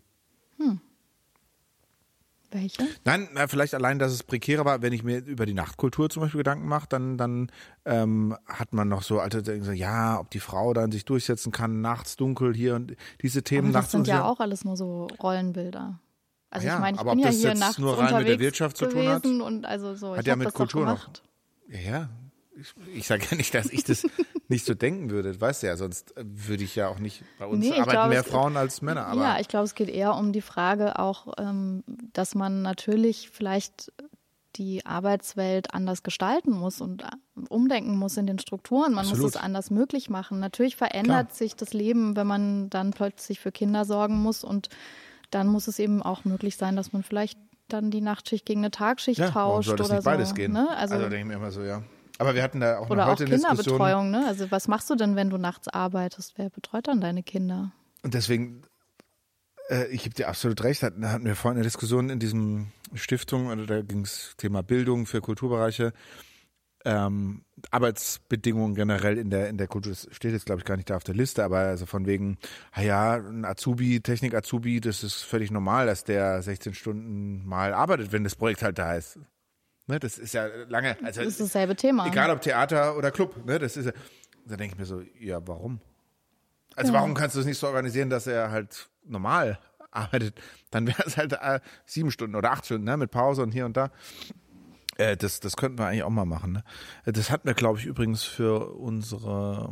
Welche? Nein, vielleicht allein, dass es prekärer war, wenn ich mir über die Nachtkultur zum Beispiel Gedanken mache, dann hat man noch so alte Dinge, ja, ob die Frau dann sich durchsetzen kann, nachts dunkel hier und diese Themen. Aber das sind ja auch alles nur so Rollenbilder. Also ich meine, ich aber bin ob ja das hier jetzt nachts nur rein unterwegs mit der Wirtschaft zu tun hat, und also so, hat ich ja habe mit das Kultur doch gemacht. Ja, ich sage ja nicht, dass ich das nicht so denken würde, weißt du ja, sonst würde ich ja auch nicht, bei uns arbeiten mehr Frauen als Männer. Aber ja, ich glaube, es geht eher um die Frage auch, dass man natürlich vielleicht die Arbeitswelt anders gestalten muss und umdenken muss in den Strukturen. Man muss es anders möglich machen. Natürlich verändert sich das Leben, wenn man dann plötzlich für Kinder sorgen muss und dann muss es eben auch möglich sein, dass man vielleicht dann die Nachtschicht gegen eine Tagschicht tauscht soll das oder nicht so. Beides gehen? Ne? Also denke ich mir immer so, ja. Aber wir hatten da auch oder noch heute auch eine Diskussion. Kinderbetreuung, ne? Also was machst du denn, wenn du nachts arbeitest? Wer betreut dann deine Kinder? Und deswegen, ich gebe dir absolut recht, da hatten wir vorhin eine Diskussion in diesem Stiftung, also da ging es Thema Bildung für Kulturbereiche, Arbeitsbedingungen generell in der Kultur, das steht jetzt glaube ich gar nicht da auf der Liste, aber also von wegen, ein Azubi, Technik-Azubi, das ist völlig normal, dass der 16 Stunden mal arbeitet, wenn das Projekt halt da ist. Ne, das ist ja lange, also das ist dasselbe Thema. Egal ob Theater oder Club, ne, das ist ja, da denke ich mir so, ja, warum? Also warum kannst du es nicht so organisieren, dass er halt normal arbeitet? Dann wäre es halt 7 Stunden oder 8 Stunden, ne, mit Pause und hier und da. Das könnten wir eigentlich auch mal machen. Ne? Das hatten wir, glaube ich, übrigens für unsere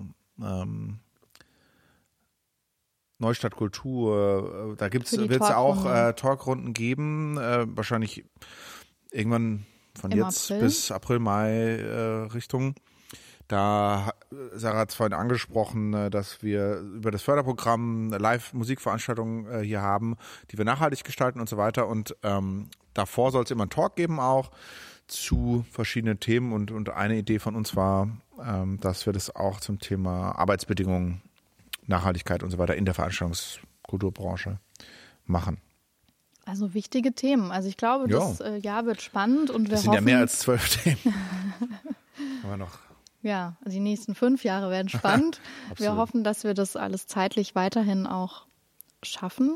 Neustadt Kultur. Da wird es auch Talkrunden geben. Wahrscheinlich irgendwann von jetzt April. bis April, Mai Richtung. Da, Sarah hat es vorhin angesprochen, dass wir über das Förderprogramm Live-Musikveranstaltungen hier haben, die wir nachhaltig gestalten und so weiter. Und davor soll es immer einen Talk geben auch zu verschiedenen Themen. Und eine Idee von uns war, dass wir das auch zum Thema Arbeitsbedingungen, Nachhaltigkeit und so weiter in der Veranstaltungskulturbranche machen. Also wichtige Themen. Also ich glaube, das Jahr wird spannend und wir hoffen... Das sind ja mehr als 12 Themen. Aber noch... Ja, also die nächsten 5 Jahre werden spannend. Wir hoffen, dass wir das alles zeitlich weiterhin auch schaffen.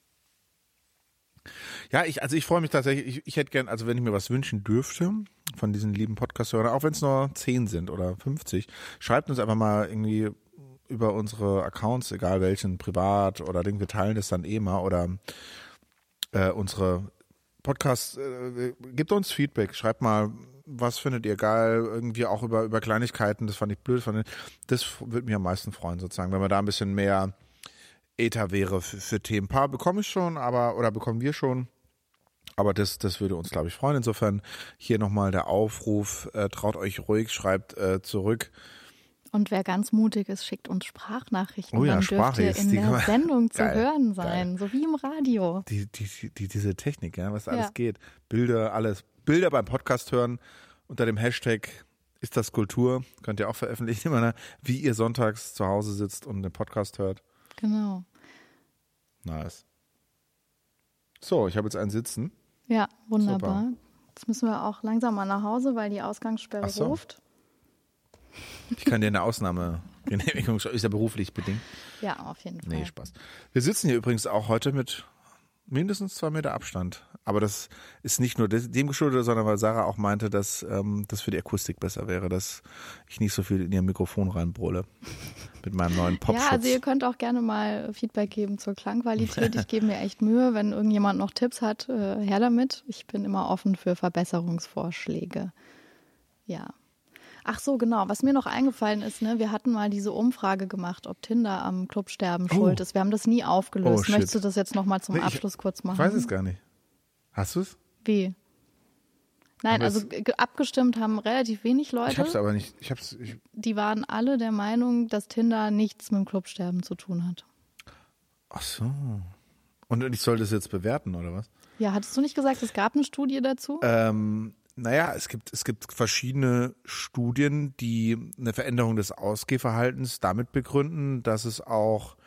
Ja, ich freue mich tatsächlich. Ich hätte gern, also wenn ich mir was wünschen dürfte von diesen lieben Podcast-Hörern, auch wenn es nur 10 sind oder 50, schreibt uns einfach mal irgendwie über unsere Accounts, egal welchen, privat oder Ding, wir teilen das dann mal oder unsere Podcasts, gebt uns Feedback, schreibt mal, was findet ihr geil, irgendwie auch über Kleinigkeiten, das fand ich blöd, das würde mich am meisten freuen sozusagen, wenn man da ein bisschen mehr Ether wäre für Themen. Ein paar bekomme ich schon, bekommen wir schon, aber das würde uns, glaube ich, freuen. Insofern hier nochmal der Aufruf, traut euch ruhig, schreibt zurück. Und wer ganz mutig ist, schickt uns Sprachnachrichten. Oh ja, dann dürft ihr in der Sendung zu hören sein, so wie im Radio. Diese Technik, ja, was alles geht. Bilder, alles. Bilder beim Podcast hören unter dem Hashtag ist das Kultur. Könnt ihr auch veröffentlichen, immer, ne? Wie ihr sonntags zu Hause sitzt und den Podcast hört. Genau. Nice. So, ich habe jetzt einen Sitzen. Ja, wunderbar. Super. Jetzt müssen wir auch langsam mal nach Hause, weil die Ausgangssperre ruft. Ich kann dir eine Ausnahmegenehmigung, ist ja beruflich bedingt. Ja, auf jeden Fall. Nee, Spaß. Wir sitzen hier übrigens auch heute mit mindestens 2 Meter Abstand Aber das ist nicht nur dem geschuldet, sondern weil Sarah auch meinte, dass das für die Akustik besser wäre, dass ich nicht so viel in ihr Mikrofon reinbrülle mit meinem neuen Popschutz. Ja, also ihr könnt auch gerne mal Feedback geben zur Klangqualität. Ich gebe mir echt Mühe, wenn irgendjemand noch Tipps hat, her damit. Ich bin immer offen für Verbesserungsvorschläge. Ja. Ach so, genau. Was mir noch eingefallen ist, ne, wir hatten mal diese Umfrage gemacht, ob Tinder am Clubsterben schuld ist. Wir haben das nie aufgelöst. Möchtest du das jetzt nochmal zum Abschluss kurz machen? Ich weiß es gar nicht. Hast du es? Wie? Nein, also abgestimmt haben relativ wenig Leute. Ich hab's aber nicht. Die waren alle der Meinung, dass Tinder nichts mit dem Clubsterben zu tun hat. Ach so. Und ich soll das jetzt bewerten, oder was? Ja, hattest du nicht gesagt, es gab eine Studie dazu? Naja, es gibt verschiedene Studien, die eine Veränderung des Ausgehverhaltens damit begründen, dass es auch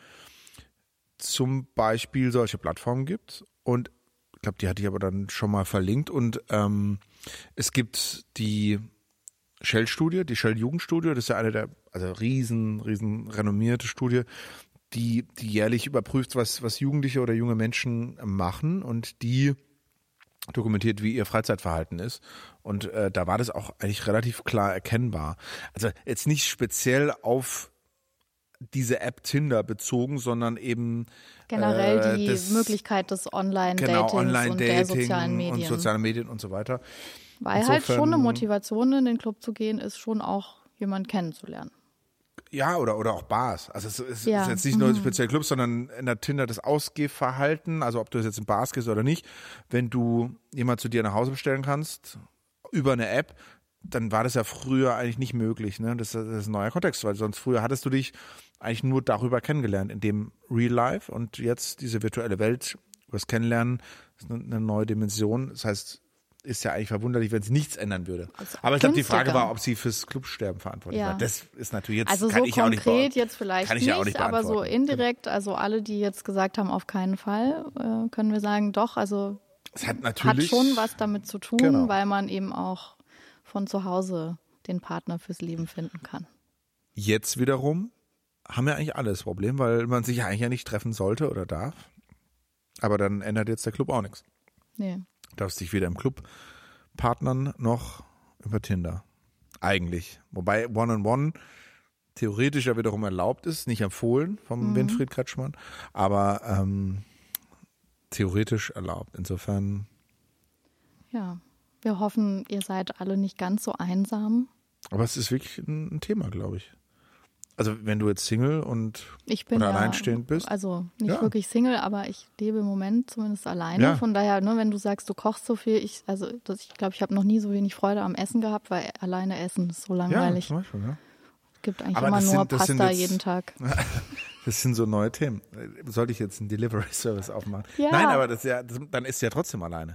zum Beispiel solche Plattformen gibt. Und ich glaube, die hatte ich aber dann schon mal verlinkt. Und es gibt die Shell-Studie, die Shell-Jugendstudie. Das ist ja eine der, also riesen renommierte Studie, die jährlich überprüft, was Jugendliche oder junge Menschen machen. Und die dokumentiert, wie ihr Freizeitverhalten ist. Und da war das auch eigentlich relativ klar erkennbar. Also jetzt nicht speziell auf diese App Tinder bezogen, sondern eben generell die Möglichkeit des Online-Datings und der sozialen Medien. Und soziale Medien und so weiter. Weil halt schon eine Motivation, in den Club zu gehen, ist schon auch jemanden kennenzulernen. Ja, oder auch Bars. Also es ist jetzt nicht nur speziell Clubs, sondern in der Tinder das Ausgehverhalten, also ob du jetzt in Bars gehst oder nicht, wenn du jemand zu dir nach Hause bestellen kannst über eine App, dann war das ja früher eigentlich nicht möglich. Ne? Das ist ein neuer Kontext, weil sonst früher hattest du dich eigentlich nur darüber kennengelernt, in dem Real Life, und jetzt diese virtuelle Welt, das Kennenlernen ist eine neue Dimension. Das heißt, ist ja eigentlich verwunderlich, wenn es nichts ändern würde. Also aber ich glaube, die Frage war, ob sie fürs Clubsterben verantwortlich war. Das ist natürlich jetzt, also kann so ich auch nicht konkret jetzt vielleicht nicht, aber so beantworten. indirekt, also alle, die jetzt gesagt haben, auf keinen Fall, können wir sagen, doch, also es hat schon was damit zu tun, weil man eben auch von zu Hause den Partner fürs Leben finden kann. Jetzt wiederum haben wir eigentlich alle das Problem, weil man sich eigentlich ja nicht treffen sollte oder darf. Aber dann ändert jetzt der Club auch nichts. Nee. Du darfst dich weder im Club partnern noch über Tinder. Eigentlich. Wobei One-on-One theoretisch ja wiederum erlaubt ist, nicht empfohlen vom Winfried Kretschmann, aber theoretisch erlaubt. Insofern. Ja, wir hoffen, ihr seid alle nicht ganz so einsam. Aber es ist wirklich ein Thema, glaube ich. Also wenn du jetzt Single oder alleinstehend bist. Also nicht wirklich Single, aber ich lebe im Moment zumindest alleine. Ja. Von daher, ne, wenn du sagst, du kochst so viel, ich glaube, ich habe noch nie so wenig Freude am Essen gehabt, weil alleine essen ist so langweilig. Ja, zum Beispiel, ja. Es gibt eigentlich immer nur Pasta jeden Tag. Das sind so neue Themen. Sollte ich jetzt einen Delivery-Service aufmachen? Ja. Nein, aber dann ist ja trotzdem alleine.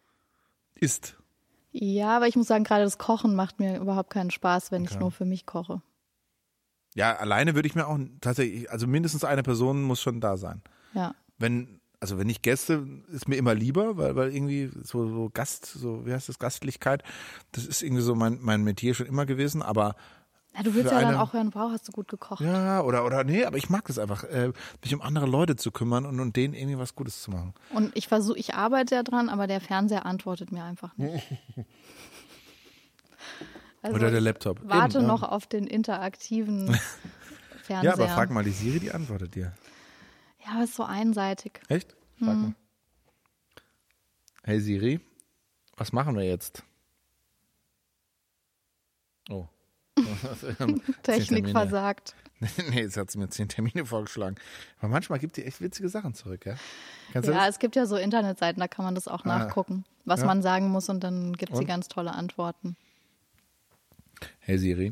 Ja, aber ich muss sagen, gerade das Kochen macht mir überhaupt keinen Spaß, wenn ich nur für mich koche. Ja, alleine würde ich mir auch tatsächlich, also mindestens eine Person muss schon da sein. Ja. Wenn ich Gäste, ist mir immer lieber, weil irgendwie so wie heißt das, Gastlichkeit, das ist irgendwie so mein Metier schon immer gewesen, aber ja, du willst ja dann auch hören, wow, hast du gut gekocht. Ja, oder nee, aber ich mag das einfach, mich um andere Leute zu kümmern und denen irgendwie was Gutes zu machen. Und ich arbeite ja dran, aber der Fernseher antwortet mir einfach nicht. Also oder der Laptop. Warte noch auf den interaktiven Fernseher. Ja, aber frag mal die Siri, die antwortet dir. Ja, aber ist so einseitig. Echt? Frag mal. Hey Siri, was machen wir jetzt? Oh. Technik versagt. Nee, jetzt hat sie mir 10 Termine vorgeschlagen. Aber manchmal gibt die echt witzige Sachen zurück, ja? Es gibt ja so Internetseiten, da kann man das auch nachgucken, was man sagen muss, und dann gibt sie ganz tolle Antworten. Hey Siri.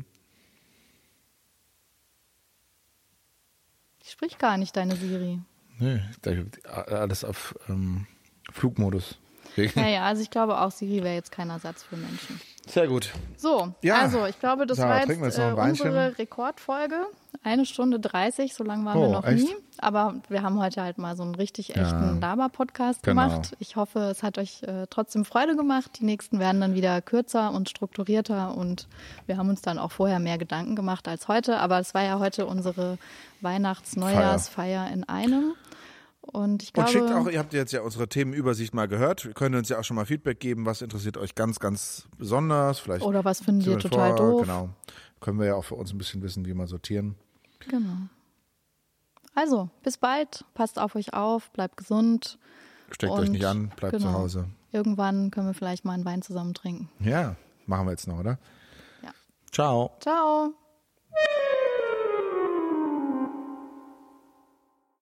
Ich sprich gar nicht, deine Siri. Nee, alles auf Flugmodus. Ja, also ich glaube auch, Siri wäre jetzt kein Ersatz für Menschen. Sehr gut. So, also ich glaube, das war jetzt unsere Rekordfolge. 1 Stunde 30, so lange waren wir noch nie. Aber wir haben heute halt mal so einen richtig echten Laber-Podcast gemacht. Ich hoffe, es hat euch trotzdem Freude gemacht. Die nächsten werden dann wieder kürzer und strukturierter, und wir haben uns dann auch vorher mehr Gedanken gemacht als heute. Aber es war ja heute unsere Weihnachts-Neujahrsfeier in einem. Und ich Und glaube, schickt auch, ihr habt jetzt ja unsere Themenübersicht mal gehört. Ihr könnt uns ja auch schon mal Feedback geben, was interessiert euch ganz, ganz besonders. Vielleicht oder was findet ihr total doof. Genau. Können wir ja auch für uns ein bisschen wissen, wie wir sortieren. Genau. Also, bis bald. Passt auf euch auf, bleibt gesund. Steckt euch nicht an, bleibt zu Hause. Irgendwann können wir vielleicht mal einen Wein zusammen trinken. Ja, machen wir jetzt noch, oder? Ja. Ciao. Ciao.